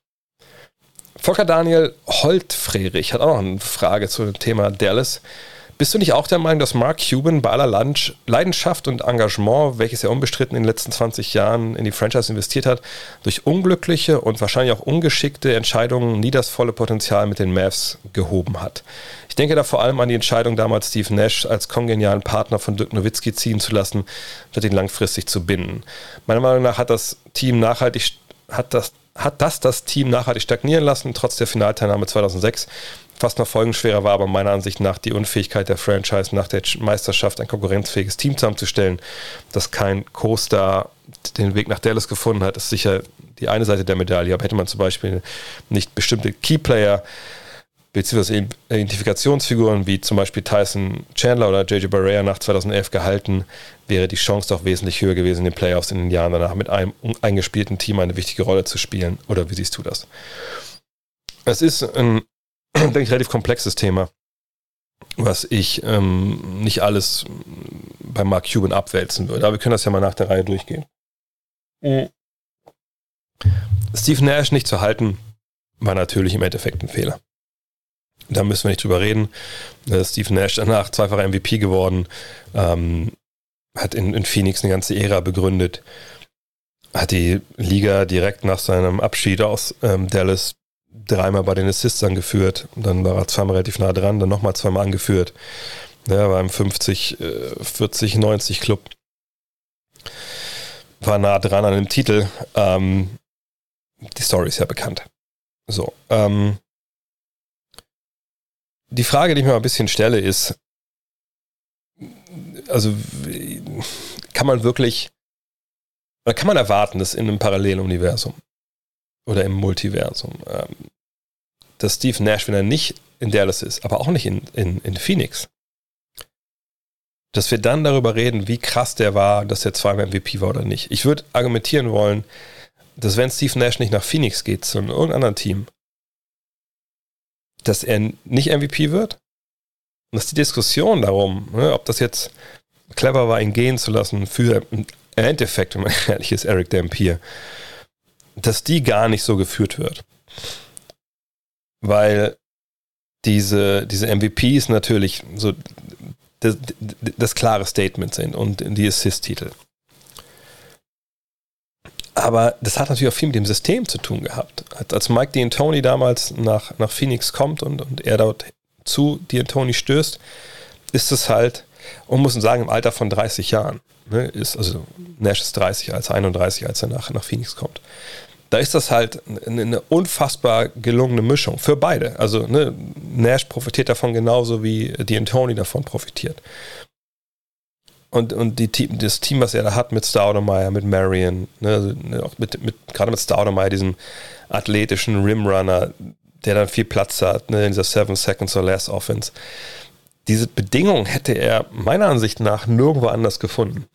Volker Daniel Holtfrerich hat auch noch eine Frage zu dem Thema Dallas. Bist du nicht auch der Meinung, dass Mark Cuban bei aller Leidenschaft und Engagement, welches er unbestritten in den letzten zwanzig Jahren in die Franchise investiert hat, durch unglückliche und wahrscheinlich auch ungeschickte Entscheidungen nie das volle Potenzial mit den Mavs gehoben hat? Ich denke da vor allem an die Entscheidung, damals Steve Nash als kongenialen Partner von Dirk Nowitzki ziehen zu lassen, statt ihn langfristig zu binden. Meiner Meinung nach hat das Team nachhaltig, hat das, hat das das Team nachhaltig stagnieren lassen, trotz der Finalteilnahme zweitausendsechs. Fast noch folgenschwerer war aber meiner Ansicht nach die Unfähigkeit der Franchise, nach der Meisterschaft ein konkurrenzfähiges Team zusammenzustellen. Dass kein Co-Star den Weg nach Dallas gefunden hat, ist sicher die eine Seite der Medaille. Aber hätte man zum Beispiel nicht bestimmte Keyplayer bzw. Identifikationsfiguren wie zum Beispiel Tyson Chandler oder J J Barea nach zweitausendelf gehalten, wäre die Chance doch wesentlich höher gewesen, in den Playoffs in den Jahren danach mit einem eingespielten Team eine wichtige Rolle zu spielen. Oder wie siehst du das? Es ist ein denke ich, relativ komplexes Thema. was ich ähm, nicht alles bei Mark Cuban abwälzen würde. Aber wir können das ja mal nach der Reihe durchgehen. Mhm. Steve Nash nicht zu halten, war natürlich im Endeffekt ein Fehler. Da müssen wir nicht drüber reden. Steve Nash danach zweifacher M V P geworden, ähm, hat in, in Phoenix eine ganze Ära begründet, hat die Liga direkt nach seinem Abschied aus ähm, Dallas dreimal bei den Assists angeführt, dann war er zweimal relativ nah dran, dann nochmal zweimal angeführt. Ja, war im fünfzig, vierzig, neunzig Club. War nah dran an dem Titel. Ähm, die Story ist ja bekannt. So, ähm, die Frage, die ich mir mal ein bisschen stelle, ist, also kann man wirklich, oder kann man erwarten, dass in einem Paralleluniversum oder im Multiversum, ähm, dass Steve Nash, wenn er nicht in Dallas ist, aber auch nicht in, in, in Phoenix, dass wir dann darüber reden, wie krass der war, dass er zweimal M V P war oder nicht. Ich würde argumentieren wollen, dass wenn Steve Nash nicht nach Phoenix geht, sondern irgendeinem anderen Team, dass er nicht M V P wird und dass die Diskussion darum, ne, ob das jetzt clever war, ihn gehen zu lassen für im Endeffekt, wenn man ehrlich ist, Eric Dampier, dass die gar nicht so geführt wird. Weil diese, diese M V Ps natürlich so das, das klare Statement sind und die Assist-Titel. Aber das hat natürlich auch viel mit dem System zu tun gehabt. Als Mike D'Antoni damals nach, nach Phoenix kommt und, und er dort zu D'Antoni stößt, ist es halt, und muss man sagen, im Alter von dreißig Jahren, ne, ist, also Nash ist dreißig, als einunddreißig, als er nach, nach Phoenix kommt. Da ist das halt eine, eine unfassbar gelungene Mischung für beide. Also ne, Nash profitiert davon genauso wie D'Antoni davon profitiert. Und, und die, das Team, was er da hat mit Stoudemire, mit Marion, ne, also auch mit, mit, gerade mit Stoudemire, diesem athletischen Rimrunner, der dann viel Platz hat, ne, in dieser Seven Seconds or Less Offense. Diese Bedingungen hätte er meiner Ansicht nach nirgendwo anders gefunden.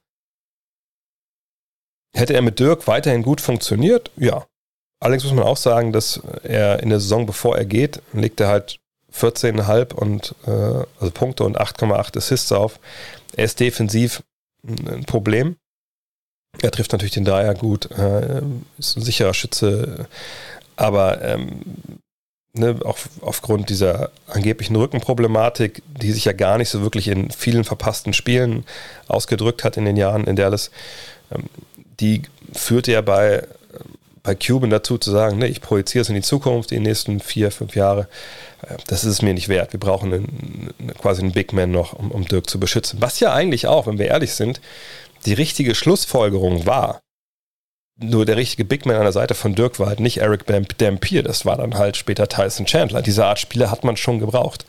Hätte er mit Dirk weiterhin gut funktioniert? Ja. Allerdings muss man auch sagen, dass er in der Saison, bevor er geht, legt er halt vierzehn Komma fünf und äh, also Punkte und acht Komma acht Assists auf. Er ist defensiv ein Problem. Er trifft natürlich den Dreier gut, äh, ist ein sicherer Schütze, aber ähm, ne, auch aufgrund dieser angeblichen Rückenproblematik, die sich ja gar nicht so wirklich in vielen verpassten Spielen ausgedrückt hat in den Jahren in Dallas, ähm, die führte ja bei, bei Cuban dazu zu sagen, ne, ich projiziere es in die Zukunft, die nächsten vier, fünf Jahre. Das ist es mir nicht wert. Wir brauchen einen, quasi einen Big Man noch, um, um Dirk zu beschützen. Was ja eigentlich auch, wenn wir ehrlich sind, die richtige Schlussfolgerung war. Nur der richtige Big Man an der Seite von Dirk war halt nicht Eric Dampier, das war dann halt später Tyson Chandler. Diese Art Spieler hat man schon gebraucht.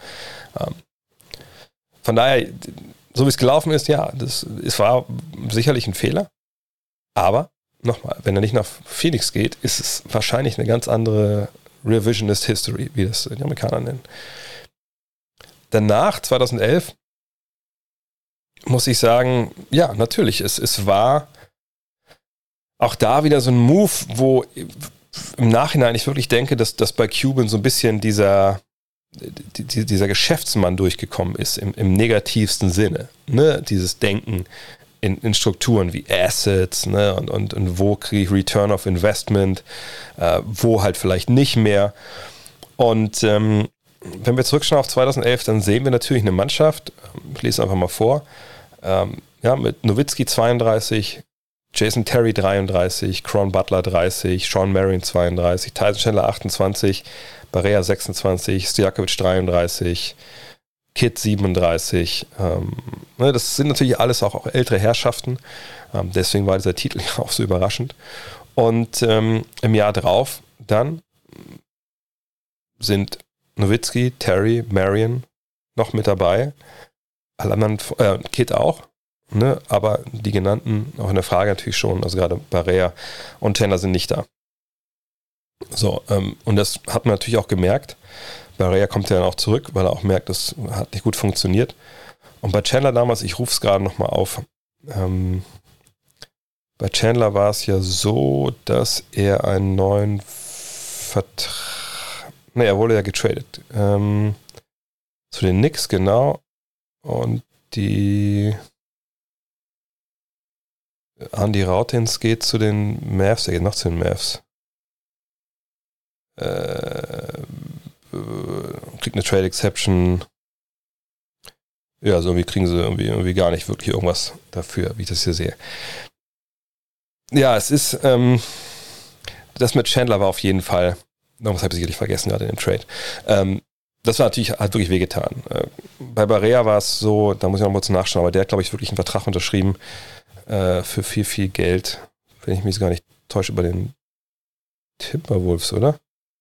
Von daher, so wie es gelaufen ist, ja, das, es war sicherlich ein Fehler. Aber, nochmal, wenn er nicht nach Phoenix geht, ist es wahrscheinlich eine ganz andere Revisionist History, wie das die Amerikaner nennen. Danach, zweitausendelf, muss ich sagen, ja, natürlich, es, es war auch da wieder so ein Move, wo im Nachhinein ich wirklich denke, dass, dass bei Cuban so ein bisschen dieser, die, dieser Geschäftsmann durchgekommen ist, im, im negativsten Sinne. Ne? Dieses Denken in, in Strukturen wie Assets, ne? und, und, und wo kriege ich Return of Investment, äh, wo halt vielleicht nicht mehr. Und ähm, wenn wir zurückschauen auf zweitausendelf, dann sehen wir natürlich eine Mannschaft, ich lese einfach mal vor, ähm, ja, mit Nowitzki zweiunddreißig, Jason Terry dreiunddreißig, Cron Butler dreißig, Sean Marion zweiunddreißig, Tyson Chandler achtundzwanzig, Barea sechsundzwanzig, Stojakovic dreiunddreißig, Kidd siebenunddreißig. Ähm, ne, das sind natürlich alles auch, auch ältere Herrschaften. Ähm, deswegen war dieser Titel ja auch so überraschend. Und ähm, im Jahr drauf dann sind Nowitzki, Terry, Marion noch mit dabei. Alle anderen, äh, Kidd auch. Ne, aber die genannten, auch in der Frage natürlich schon, also gerade Barea und Chandler sind nicht da. So, ähm, und das hat man natürlich auch gemerkt. Barea kommt ja dann auch zurück, weil er auch merkt, das hat nicht gut funktioniert. Und bei Chandler damals, ich rufe es gerade nochmal auf, ähm, bei Chandler war es ja so, dass er einen neuen Vertrag, ne, er wurde ja getradet. Ähm, Zu den Knicks, genau. Und die Andy Rautins geht zu den Mavs. Er geht noch zu den Mavs. Äh, kriegt eine Trade Exception. Ja, also irgendwie kriegen sie irgendwie, irgendwie gar nicht wirklich irgendwas dafür, wie ich das hier sehe. Ja, es ist, ähm, das mit Chandler war auf jeden Fall, irgendwas habe ich sicherlich vergessen gerade in dem Trade. Ähm, das war natürlich, hat wirklich wehgetan. Äh, bei Barea war es so, da muss ich noch mal kurz nachschauen, aber der hat, glaube ich, wirklich einen Vertrag unterschrieben äh, für viel, viel Geld, wenn ich mich gar nicht täusche, über den Timberwolves, oder?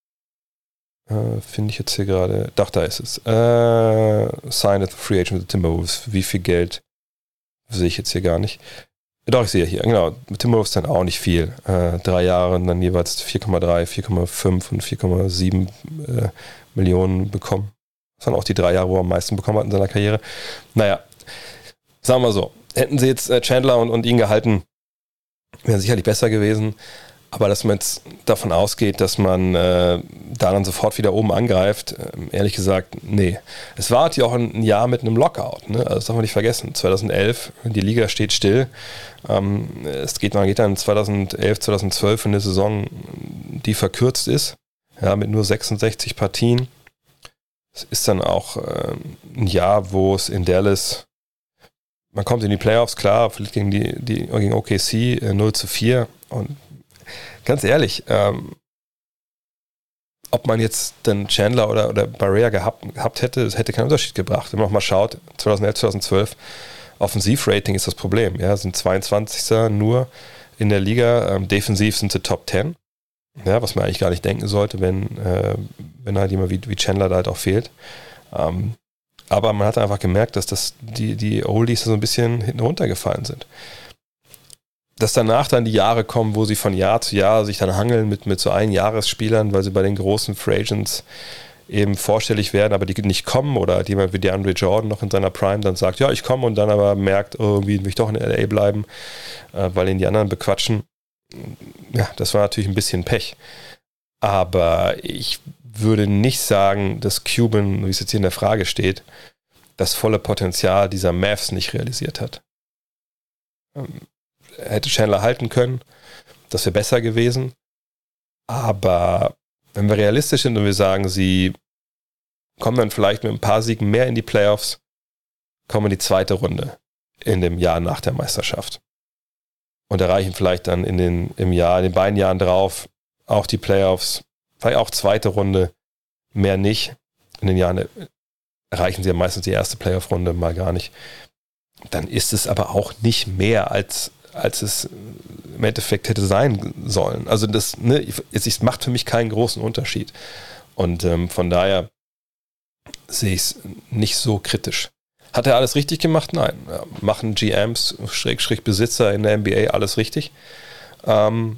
Äh, Finde ich jetzt hier gerade. Doch, da ist es. Äh, signed as a free agent with the Timberwolves. Wie viel Geld sehe ich jetzt hier gar nicht. Doch, ich sehe hier. Genau. Mit Timberwolves dann auch nicht viel. Äh, drei Jahre und dann jeweils vier Komma drei, vier Komma fünf und vier Komma sieben äh, Millionen bekommen. Das waren auch die drei Jahre, wo er am meisten bekommen hat in seiner Karriere. Naja, sagen wir mal so. Hätten sie jetzt äh, Chandler und, und ihn gehalten, wäre sicherlich besser gewesen. Aber dass man jetzt davon ausgeht, dass man äh, da dann sofort wieder oben angreift, äh, ehrlich gesagt, nee. Es war natürlich auch ein Jahr mit einem Lockout, ne? Also das darf man nicht vergessen. zweitausendelf, die Liga steht still. Ähm, es geht, man geht dann zweitausendelf, zweitausendzwölf in eine Saison, die verkürzt ist, ja, mit nur sechsundsechzig Partien. Es ist dann auch äh, ein Jahr, wo es in Dallas, man kommt in die Playoffs, klar, vielleicht gegen, die, die, gegen O K C äh, null zu vier und ganz ehrlich, ähm, ob man jetzt den Chandler oder, oder Barea gehabt, gehabt hätte, das hätte keinen Unterschied gebracht. Wenn man auch mal schaut, zweitausendelf, zweitausendzwölf, Offensivrating ist das Problem. Ja, sind zweiundzwanzigster nur in der Liga. Ähm, defensiv sind sie Top zehn. Ja, was man eigentlich gar nicht denken sollte, wenn, äh, wenn halt jemand wie, wie Chandler da halt auch fehlt. Ähm, aber man hat einfach gemerkt, dass das die, die Oldies so ein bisschen hinten runtergefallen sind. Dass danach dann die Jahre kommen, wo sie von Jahr zu Jahr sich dann hangeln mit, mit so Einjahresspielern, weil sie bei den großen Free Agents eben vorstellig werden, aber die nicht kommen, oder jemand wie DeAndre Jordan noch in seiner Prime dann sagt, ja, ich komme, und dann aber merkt, oh, irgendwie will ich doch in L A bleiben, äh, weil ihn die anderen bequatschen. Ja, das war natürlich ein bisschen Pech. Aber ich würde nicht sagen, dass Cuban, wie es jetzt hier in der Frage steht, das volle Potenzial dieser Mavs nicht realisiert hat. Ähm, hätte Chandler halten können, das wäre besser gewesen. Aber wenn wir realistisch sind und wir sagen, sie kommen dann vielleicht mit ein paar Siegen mehr in die Playoffs, kommen in die zweite Runde in dem Jahr nach der Meisterschaft. Und erreichen vielleicht dann in den, im Jahr, in den beiden Jahren drauf auch die Playoffs, vielleicht auch zweite Runde, mehr nicht. In den Jahren erreichen sie ja meistens die erste Playoff-Runde mal gar nicht. Dann ist es aber auch nicht mehr als als es im Endeffekt hätte sein sollen. Also das, ne, es, es macht für mich keinen großen Unterschied. Und ähm, von daher sehe ich es nicht so kritisch. Hat er alles richtig gemacht? Nein. Ja, machen G Ms, Schrägstrich Besitzer in der N B A alles richtig? Ähm,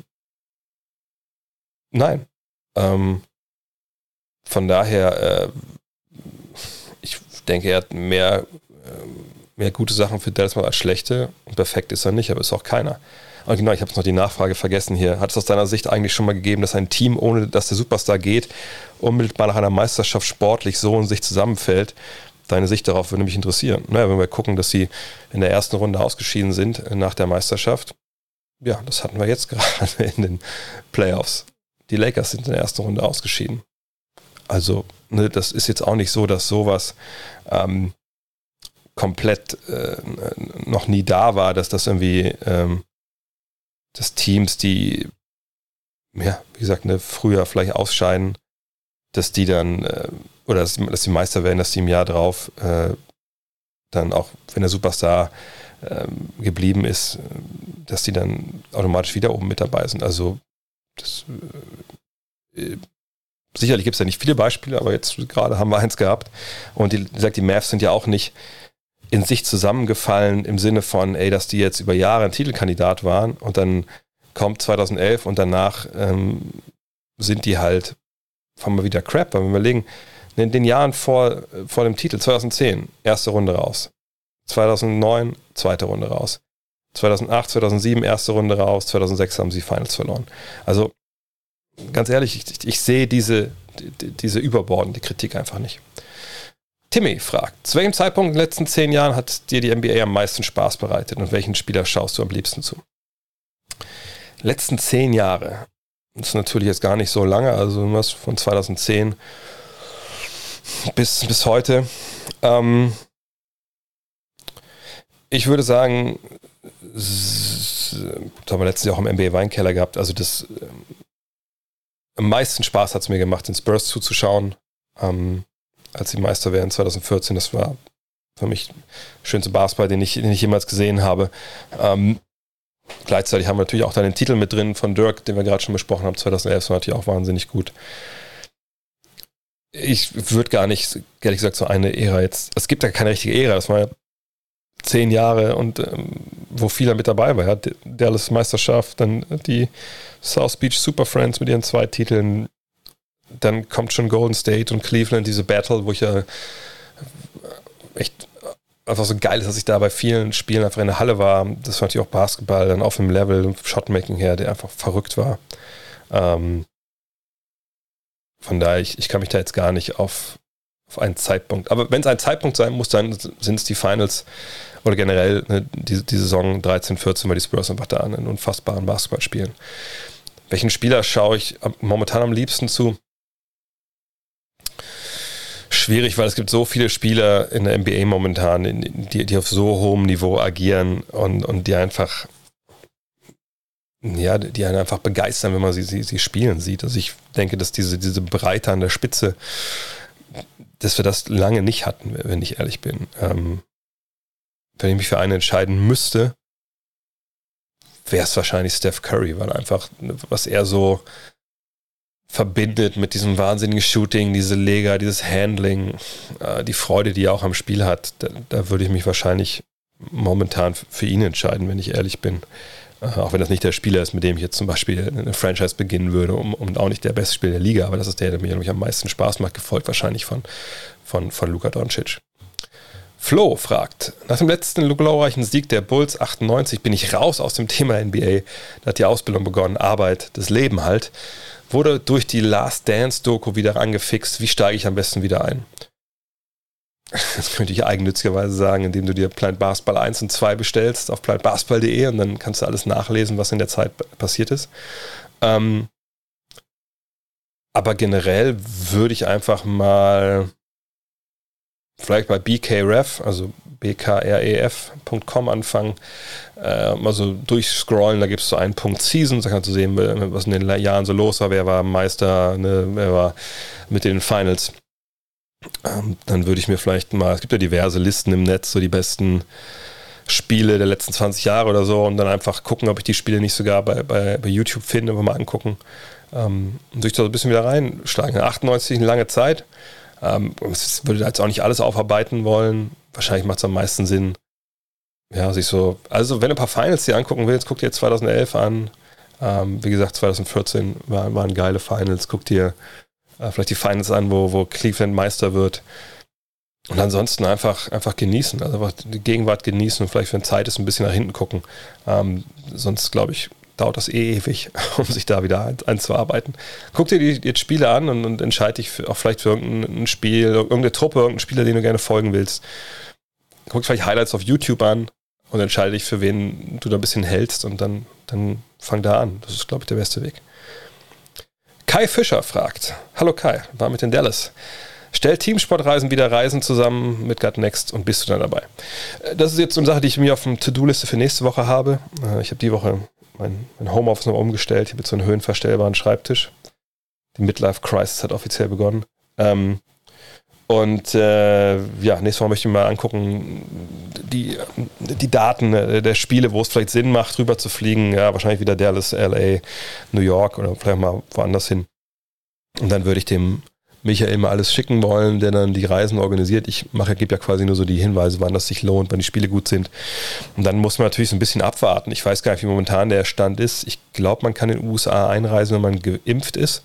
nein. Ähm, von daher, äh, ich denke, er hat mehr äh, mehr gute Sachen für Dallas mal als schlechte. Und perfekt ist er nicht, aber ist auch keiner. Und genau, ich habe noch die Nachfrage vergessen hier. Hat es aus deiner Sicht eigentlich schon mal gegeben, dass ein Team, ohne dass der Superstar geht, unmittelbar nach einer Meisterschaft sportlich so in sich zusammenfällt? Deine Sicht darauf würde mich interessieren. Naja, wenn wir gucken, dass sie in der ersten Runde ausgeschieden sind nach der Meisterschaft. Ja, das hatten wir jetzt gerade in den Playoffs. Die Lakers sind in der ersten Runde ausgeschieden. Also, ne, das ist jetzt auch nicht so, dass sowas ähm, komplett äh, noch nie da war, dass das irgendwie ähm, dass Teams, die ja, wie gesagt, ne, früher vielleicht ausscheiden, dass die dann äh, oder dass, dass die Meister werden, dass die im Jahr drauf äh, dann auch, wenn der Superstar äh, geblieben ist, dass die dann automatisch wieder oben mit dabei sind. Also das äh, sicherlich gibt es ja nicht viele Beispiele, aber jetzt gerade haben wir eins gehabt. Und die, wie gesagt, die Mavs sind ja auch nicht in sich zusammengefallen im Sinne von, ey, dass die jetzt über Jahre ein Titelkandidat waren und dann kommt zweitausendelf und danach ähm, sind die halt, fangen wir wieder Crap, weil wir überlegen, in den Jahren vor, vor dem Titel, zweitausendzehn, erste Runde raus, zweitausendneun, zweite Runde raus, zweitausendacht, zweitausendsieben, erste Runde raus, zweitausendsechs haben sie Finals verloren. Also ganz ehrlich, ich, ich sehe diese, die, diese überbordende Kritik einfach nicht. Timmy fragt, zu welchem Zeitpunkt in den letzten zehn Jahren hat dir die N B A am meisten Spaß bereitet und welchen Spieler schaust du am liebsten zu? Letzten zehn Jahre, das ist natürlich jetzt gar nicht so lange, also was von zweitausendzehn bis, bis heute. Ähm, ich würde sagen, das haben wir letztes Jahr auch im N B A-Weinkeller gehabt, also das ähm, am meisten Spaß hat es mir gemacht, den Spurs zuzuschauen, ähm, als sie Meister werden zweitausendvierzehn. Das war für mich der schönste Basketball, den ich, den ich jemals gesehen habe. Ähm, gleichzeitig haben wir natürlich auch da den Titel mit drin von Dirk, den wir gerade schon besprochen haben. zweitausendelf war natürlich auch wahnsinnig gut. Ich würde gar nicht, ehrlich gesagt, so eine Ära jetzt, es gibt ja keine richtige Ära, das war ja zehn Jahre und ähm, wo vieler mit dabei war. Ja? Dallas Meisterschaft, dann die South Beach Super Friends mit ihren zwei Titeln, dann kommt schon Golden State und Cleveland, diese Battle, wo ich ja echt einfach so geil ist, dass ich da bei vielen Spielen einfach in der Halle war. Das war natürlich auch Basketball, dann auf dem Level, Shotmaking her, der einfach verrückt war. Ähm, von daher, ich, ich kann mich da jetzt gar nicht auf, auf einen Zeitpunkt, aber wenn es ein Zeitpunkt sein muss, dann sind es die Finals oder generell ne, die, die Saison dreizehn, vierzehn, weil die Spurs einfach da einen unfassbaren Basketball spielen. Welchen Spieler schaue ich momentan am liebsten zu? Schwierig, weil es gibt so viele Spieler in der N B A momentan, die, die auf so hohem Niveau agieren und, und die einfach ja, die einen einfach begeistern, wenn man sie, sie, sie spielen sieht. Also ich denke, dass diese, diese Breite an der Spitze, dass wir das lange nicht hatten, wenn ich ehrlich bin. Ähm, wenn ich mich für einen entscheiden müsste, wäre es wahrscheinlich Steph Curry, weil einfach, was er so verbindet mit diesem wahnsinnigen Shooting, diese Lega, dieses Handling, äh, die Freude, die er auch am Spiel hat, da, da würde ich mich wahrscheinlich momentan für ihn entscheiden, wenn ich ehrlich bin. Äh, auch wenn das nicht der Spieler ist, mit dem ich jetzt zum Beispiel eine Franchise beginnen würde um, und auch nicht der beste Spieler der Liga, aber das ist der, der mir am meisten Spaß macht, gefolgt wahrscheinlich von, von, von Luka Doncic. Flo fragt, nach dem letzten glorreichen Sieg der Bulls achtundneunzig bin ich raus aus dem Thema N B A, da hat die Ausbildung begonnen, Arbeit, das Leben halt, wurde durch die Last Dance Doku wieder angefixt, wie steige ich am besten wieder ein? Das könnte ich eigennützigerweise sagen, indem du dir Planet Basketball eins und zwei bestellst auf planet basketball punkt de und dann kannst du alles nachlesen, was in der Zeit passiert ist. Ähm, aber generell würde ich einfach mal vielleicht bei B K Ref, also b k r e f punkt com anfangen, äh, mal so durchscrollen, da gibt es so einen Punkt Seasons, da kannst du sehen, was in den Jahren so los war, wer war Meister, ne, wer war mit den Finals. Ähm, dann würde ich mir vielleicht mal, es gibt ja diverse Listen im Netz, so die besten Spiele der letzten zwanzig Jahre oder so und dann einfach gucken, ob ich die Spiele nicht sogar bei, bei, bei YouTube finde, mal angucken ähm, und sich da so ein bisschen wieder reinschlagen. achtundneunzig, eine lange Zeit. Ähm, ich würde jetzt auch nicht alles aufarbeiten wollen. Wahrscheinlich macht es am meisten Sinn, ja, sich so, also wenn du ein paar Finals dir angucken willst, guck dir zweitausendelf an. Ähm, wie gesagt, zweitausendvierzehn waren, waren geile Finals. Guck dir äh, vielleicht die Finals an, wo, wo Cleveland Meister wird. Und ansonsten einfach, einfach genießen, also einfach die Gegenwart genießen und vielleicht, wenn Zeit ist, ein bisschen nach hinten gucken. Ähm, sonst, glaube ich, dauert das eh ewig, um sich da wieder ein, einzuarbeiten. Guck dir die, die Spiele an und, und entscheide dich für, auch vielleicht für irgendein Spiel, irgendeine Truppe, irgendeinen Spieler, den du gerne folgen willst. Guck dir vielleicht Highlights auf YouTube an und entscheide dich, für wen du da ein bisschen hältst und dann, dann fang da an. Das ist, glaube ich, der beste Weg. Kai Fischer fragt, hallo Kai, war mit den Dallas. Stellt Teamsportreisen wieder Reisen zusammen mit Gut Next und bist du dann dabei? Das ist jetzt so eine Sache, die ich mir auf der To-Do-Liste für nächste Woche habe. Ich habe die Woche mein, mein Homeoffice noch umgestellt. Ich habe jetzt so einen höhenverstellbaren Schreibtisch. Die Midlife Crisis hat offiziell begonnen. Ähm, und äh, ja, nächste Woche möchte ich mir mal angucken, die, die Daten der Spiele, wo es vielleicht Sinn macht, rüber zu fliegen. Ja, wahrscheinlich wieder Dallas, L A, New York oder vielleicht mal woanders hin. Und dann würde ich dem Michael mal alles schicken wollen, der dann die Reisen organisiert. Ich mache, gebe ja quasi nur so die Hinweise, wann das sich lohnt, wann die Spiele gut sind. Und dann muss man natürlich so ein bisschen abwarten. Ich weiß gar nicht, wie momentan der Stand ist. Ich glaube, man kann in den U S A einreisen, wenn man geimpft ist.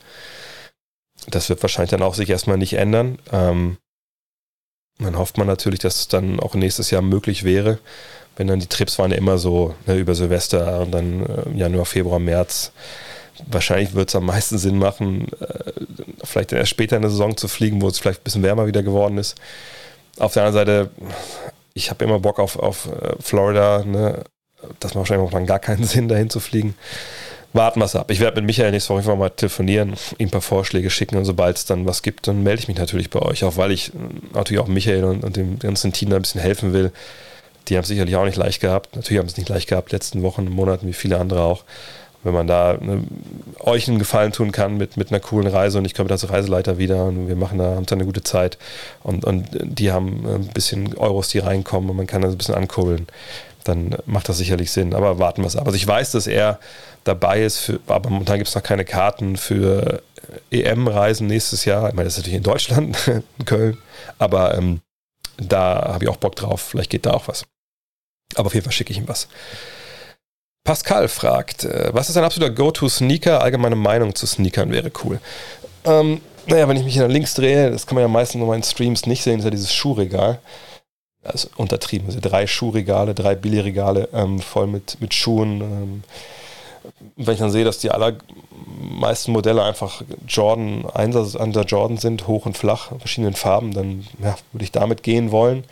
Das wird wahrscheinlich dann auch sich erstmal nicht ändern. Ähm, dann hofft man natürlich, dass es dann auch nächstes Jahr möglich wäre. Wenn dann die Trips waren ja immer so, ne, über Silvester und dann äh, Januar, Februar, März. Wahrscheinlich wird es am meisten Sinn machen, äh, vielleicht erst später in der Saison zu fliegen, wo es vielleicht ein bisschen wärmer wieder geworden ist. Auf der anderen Seite, ich habe immer Bock auf, auf Florida, ne? Das macht wahrscheinlich dann gar keinen Sinn, dahin zu fliegen. Warten wir es ab. Ich werde mit Michael nächste Woche einfach mal telefonieren, ihm ein paar Vorschläge schicken und sobald es dann was gibt, dann melde ich mich natürlich bei euch, auch weil ich natürlich auch Michael und, und dem ganzen Team da ein bisschen helfen will. Die haben es sicherlich auch nicht leicht gehabt. Natürlich haben sie es nicht leicht gehabt, letzten Wochen, Monaten, wie viele andere auch. Wenn man da ne, euch einen Gefallen tun kann mit, mit einer coolen Reise und ich komme da als Reiseleiter wieder und wir machen da, haben da eine gute Zeit und, und die haben ein bisschen Euros, die reinkommen und man kann das ein bisschen ankurbeln, dann macht das sicherlich Sinn. Aber warten wir es ab. Also ich weiß, dass er dabei ist, für, aber momentan gibt es noch keine Karten für E M-Reisen nächstes Jahr. Ich meine, das ist natürlich in Deutschland, in Köln, aber ähm, da habe ich auch Bock drauf. Vielleicht geht da auch was. Aber auf jeden Fall schicke ich ihm was. Pascal fragt, was ist ein absoluter Go-To-Sneaker? Allgemeine Meinung zu Sneakern wäre cool. Ähm, naja, wenn ich mich nach links drehe, das kann man ja meistens in meinen Streams nicht sehen, ist ja dieses Schuhregal. Das ist untertrieben. Also drei Schuhregale, drei Billigregale ähm, voll mit, mit Schuhen. Ähm, wenn ich dann sehe, dass die allermeisten Modelle einfach Jordan, eins an der Jordan sind, hoch und flach, in verschiedenen Farben, dann ja, würde ich damit gehen wollen.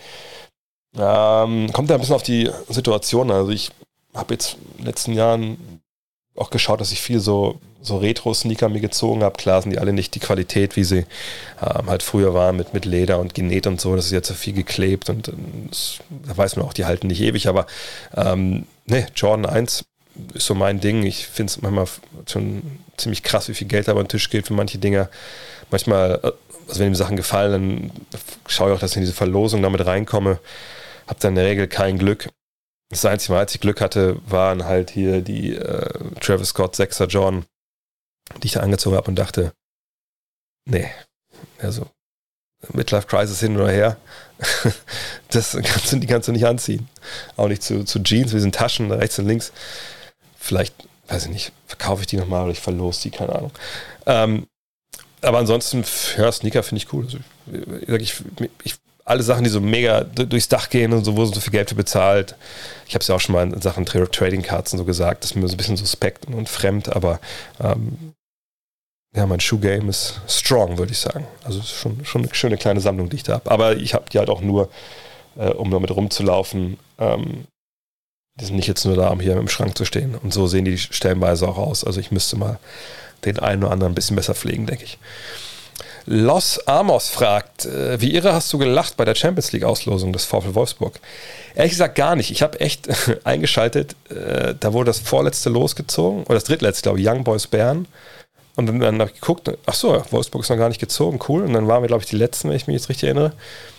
Ähm, kommt da ein bisschen auf die Situation. Also ich habe jetzt in den letzten Jahren auch geschaut, dass ich viel so, so Retro-Sneaker mir gezogen habe. Klar sind die alle nicht die Qualität, wie sie ähm, halt früher waren, mit, mit Leder und genäht und so. Das ist jetzt so viel geklebt und das, da weiß man auch, die halten nicht ewig. Aber ähm, ne, Jordan eins ist so mein Ding. Ich finde es manchmal schon ziemlich krass, wie viel Geld da über den Tisch geht für manche Dinger. Manchmal, also wenn mir Sachen gefallen, dann schaue ich auch, dass ich in diese Verlosung damit reinkomme. Habe dann in der Regel kein Glück. Das einzige Mal, als ich Glück hatte, waren halt hier die äh, Travis Scott sechser Jordan, die ich da angezogen habe und dachte, nee, also Midlife Crisis hin oder her, das kannst du, die kannst du nicht anziehen. Auch nicht zu, zu Jeans, mit diesen Taschen rechts und links. Vielleicht, weiß ich nicht, verkaufe ich die nochmal oder ich verlose die, keine Ahnung. Ähm, aber ansonsten, ja, Sneaker finde ich cool. Also, ich, ich, ich alle Sachen, die so mega durchs Dach gehen und so, wo so viel Geld für bezahlt. Ich habe es ja auch schon mal in Sachen Trading Cards und so gesagt, das ist mir so ein bisschen suspekt und fremd, aber ähm, ja, mein Shoe-Game ist strong, würde ich sagen. Also es ist schon, schon eine schöne kleine Sammlung, die ich da habe. Aber ich habe die halt auch nur, äh, um damit rumzulaufen. Ähm, die sind nicht jetzt nur da, um hier im Schrank zu stehen. Und so sehen die stellenweise auch aus. Also ich müsste mal den einen oder anderen ein bisschen besser pflegen, denke ich. Los Amos fragt, äh, wie irre hast du gelacht bei der Champions League-Auslosung des VfL Wolfsburg? Ehrlich gesagt gar nicht. Ich habe echt eingeschaltet, äh, da wurde das vorletzte losgezogen, oder das drittletzte, glaube ich, Young Boys Bern. Und dann, dann habe ich geguckt, ach so, Wolfsburg ist noch gar nicht gezogen, cool. Und dann waren wir, glaube ich, die Letzten, wenn ich mich jetzt richtig erinnere.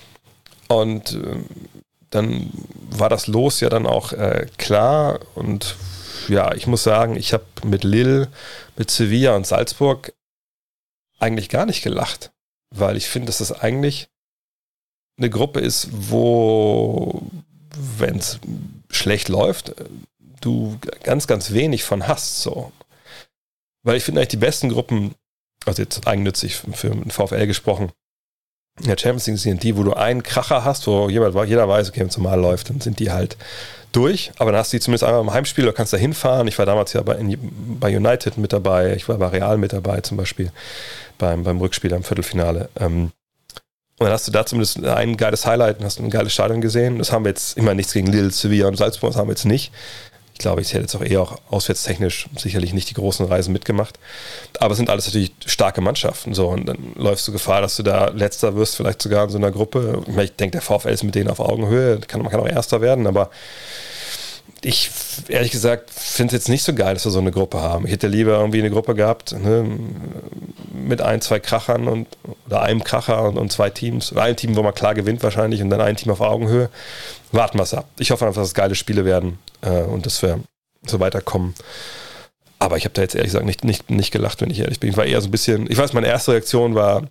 Und äh, dann war das Los ja dann auch äh, klar. Und ja, ich muss sagen, ich habe mit Lille, mit Sevilla und Salzburg eigentlich gar nicht gelacht, weil ich finde, dass das eigentlich eine Gruppe ist, wo, wenn es schlecht läuft, du ganz, ganz wenig von hast, so. Weil ich finde eigentlich die besten Gruppen, also jetzt eigennützig für den VfL gesprochen, in der Champions League sind die, wo du einen Kracher hast, wo jeder, jeder weiß, okay, wenn es normal läuft, dann sind die halt durch, aber dann hast du die zumindest einmal im Heimspiel, du kannst da hinfahren. Ich war damals ja bei, in, bei United mit dabei, ich war bei Real mit dabei zum Beispiel, beim, beim Rückspiel am Viertelfinale. Ähm, und dann hast du da zumindest ein geiles Highlight und hast ein geiles Stadion gesehen. Das haben wir jetzt, immer nichts gegen Lille, Sevilla und Salzburg, das haben wir jetzt nicht. Ich glaube, ich hätte jetzt auch eher auch auswärtstechnisch sicherlich nicht die großen Reisen mitgemacht. Aber es sind alles natürlich starke Mannschaften. So, und dann läufst du Gefahr, dass du da Letzter wirst, vielleicht sogar in so einer Gruppe. Ich denke, der VfL ist mit denen auf Augenhöhe. Kann, man kann auch Erster werden, aber ich, ehrlich gesagt, finde es jetzt nicht so geil, dass wir so eine Gruppe haben. Ich hätte lieber irgendwie eine Gruppe gehabt, ne, mit ein, zwei Krachern und, oder einem Kracher und, und zwei Teams. Oder ein Team, wo man klar gewinnt wahrscheinlich und dann ein Team auf Augenhöhe. Warten wir es ab. Ich hoffe einfach, dass es geile Spiele werden äh, und dass wir so weiterkommen. Aber ich habe da jetzt ehrlich gesagt nicht, nicht, nicht gelacht, wenn ich ehrlich bin. Ich war eher so ein bisschen, ich weiß, meine erste Reaktion war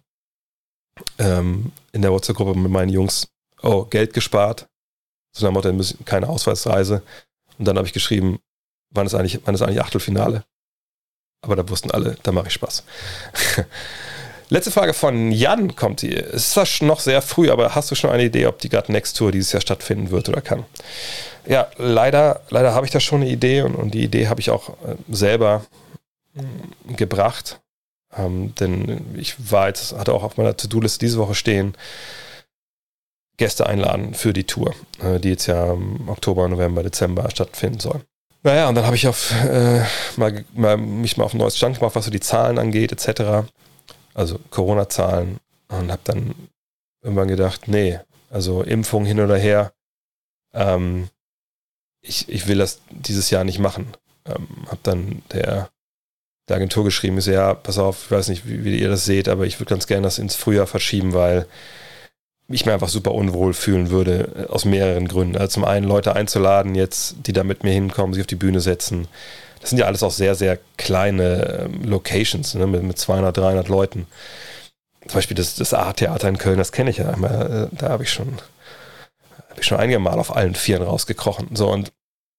ähm, in der WhatsApp-Gruppe mit meinen Jungs, oh, Geld gespart. So nach Motto, keine Auswärtsreise. Und dann habe ich geschrieben, wann ist eigentlich, wann ist eigentlich Achtelfinale? Aber da wussten alle, da mache ich Spaß. Letzte Frage von Jan kommt hier. Es ist zwar noch sehr früh, aber hast du schon eine Idee, ob die Gut Next Tour dieses Jahr stattfinden wird oder kann? Ja, leider, leider habe ich da schon eine Idee und, und die Idee habe ich auch äh, selber äh, gebracht. Ähm, denn ich war jetzt, hatte auch auf meiner To-Do-Liste diese Woche stehen, Gäste einladen für die Tour, äh, die jetzt ja im Oktober, November, Dezember stattfinden soll. Naja, und dann habe ich auf, äh, mal, mal, mich mal auf einen neues Stand gemacht, was so die Zahlen angeht, et cetera. Also Corona-Zahlen. Und habe dann irgendwann gedacht, nee, also Impfung hin oder her, ähm, ich, ich will das dieses Jahr nicht machen. Ähm, habe dann der, der Agentur geschrieben, ist ja, pass auf, ich weiß nicht, wie, wie ihr das seht, aber ich würde ganz gerne das ins Frühjahr verschieben, weil ich mir einfach super unwohl fühlen würde, aus mehreren Gründen. Also zum einen Leute einzuladen jetzt, die da mit mir hinkommen, sich auf die Bühne setzen. Das sind ja alles auch sehr, sehr kleine ähm, Locations, ne, mit, mit zweihundert, dreihundert Leuten. Zum Beispiel das, das A-Theater in Köln, das kenne ich ja. Einmal, da habe ich schon, hab ich schon einige Mal auf allen Vieren rausgekrochen. So, und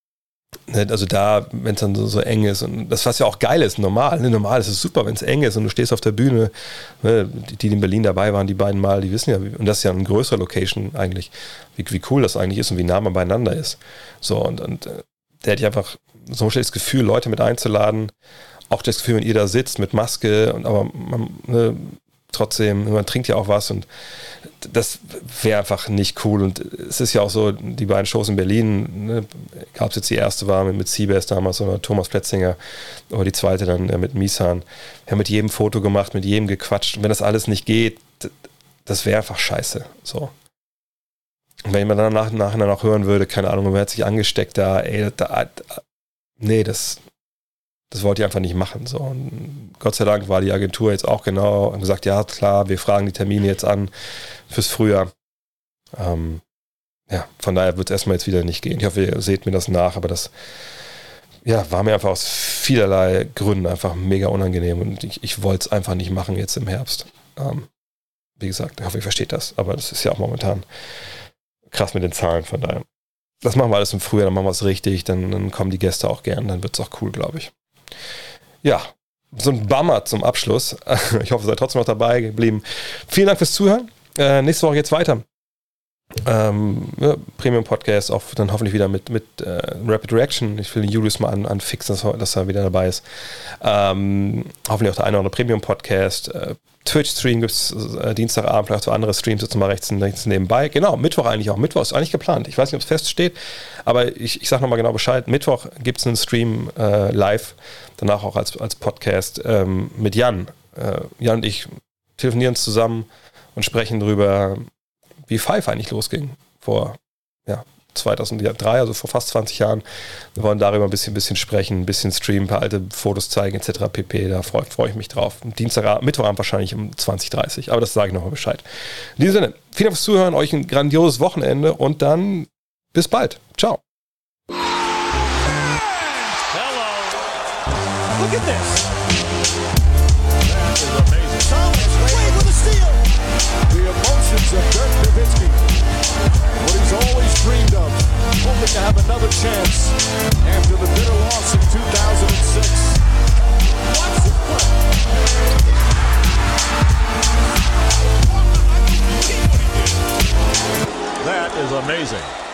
also da, wenn es dann so, so eng ist, und das, was ja auch geil ist, normal, ne? Normal ist es super, wenn es eng ist und du stehst auf der Bühne, ne? die, die in Berlin dabei waren, die beiden Mal, die wissen ja, und das ist ja eine größere Location eigentlich, wie, wie cool das eigentlich ist und wie nah man beieinander ist. So, und, und äh, da hätte ich einfach so ein schlechtes Gefühl, Leute mit einzuladen, auch das Gefühl, wenn ihr da sitzt mit Maske, und aber man, ne, trotzdem, man trinkt ja auch was, und das wäre einfach nicht cool. Und es ist ja auch so, die beiden Shows in Berlin, ne, ob es jetzt die erste war mit, mit Seabass damals oder Thomas Plätzinger oder die zweite dann äh, mit Misan, wir haben mit jedem Foto gemacht, mit jedem gequatscht, und wenn das alles nicht geht, das wäre einfach scheiße. So. Und wenn man dann nach, nachher noch hören würde, keine Ahnung, wer hat sich angesteckt da, ey, da, da, nee, das Das wollte ich einfach nicht machen. So. Und Gott sei Dank war die Agentur jetzt auch genau und gesagt, ja klar, wir fragen die Termine jetzt an fürs Frühjahr. Ähm, ja, von daher wird es erstmal jetzt wieder nicht gehen. Ich hoffe, ihr seht mir das nach, aber das ja, war mir einfach aus vielerlei Gründen einfach mega unangenehm, und ich, ich wollte es einfach nicht machen jetzt im Herbst. Ähm, wie gesagt, ich hoffe, ihr versteht das, aber das ist ja auch momentan krass mit den Zahlen, von daher. Das machen wir alles im Frühjahr, dann machen wir es richtig, dann, dann kommen die Gäste auch gern, dann wird es auch cool, glaube ich. Ja, so ein Bummer zum Abschluss. Ich hoffe, ihr seid trotzdem noch dabei geblieben. Vielen Dank fürs Zuhören. Äh, nächste Woche geht's weiter. Ähm, ja, Premium-Podcast, auch dann hoffentlich wieder mit, mit äh, Rapid Reaction. Ich will den Julius mal an, anfixen, dass, dass er wieder dabei ist. Ähm, hoffentlich auch der eine oder andere Premium-Podcast. Äh, Twitch-Stream gibt es äh, Dienstagabend, vielleicht auch andere Streams jetzt mal rechts, rechts nebenbei. Genau, Mittwoch eigentlich auch. Mittwoch ist eigentlich geplant. Ich weiß nicht, ob es feststeht, aber ich, ich sage nochmal genau Bescheid. Mittwoch gibt es einen Stream äh, live, danach auch als, als Podcast ähm, mit Jan. Äh, Jan und ich telefonieren zusammen und sprechen darüber, wie Five eigentlich losging vor ja, zweitausenddrei, also vor fast zwanzig Jahren. Wir wollen darüber ein bisschen, bisschen sprechen, ein bisschen streamen, ein paar alte Fotos zeigen et cetera pp. Da freue freu ich mich drauf. Dienstag, Mittwochabend wahrscheinlich um zwanzig Uhr dreißig, aber das sage ich nochmal Bescheid. In diesem Sinne, vielen Dank fürs Zuhören, euch ein grandioses Wochenende und dann bis bald. Ciao. Hello. Look at this. That is amazing. Thomas Wade with a steal. The emotions of Dirk Nowitzki. What he's always dreamed of. Hoping to have another chance after the bitter loss in two thousand six. Watch the play. That is amazing.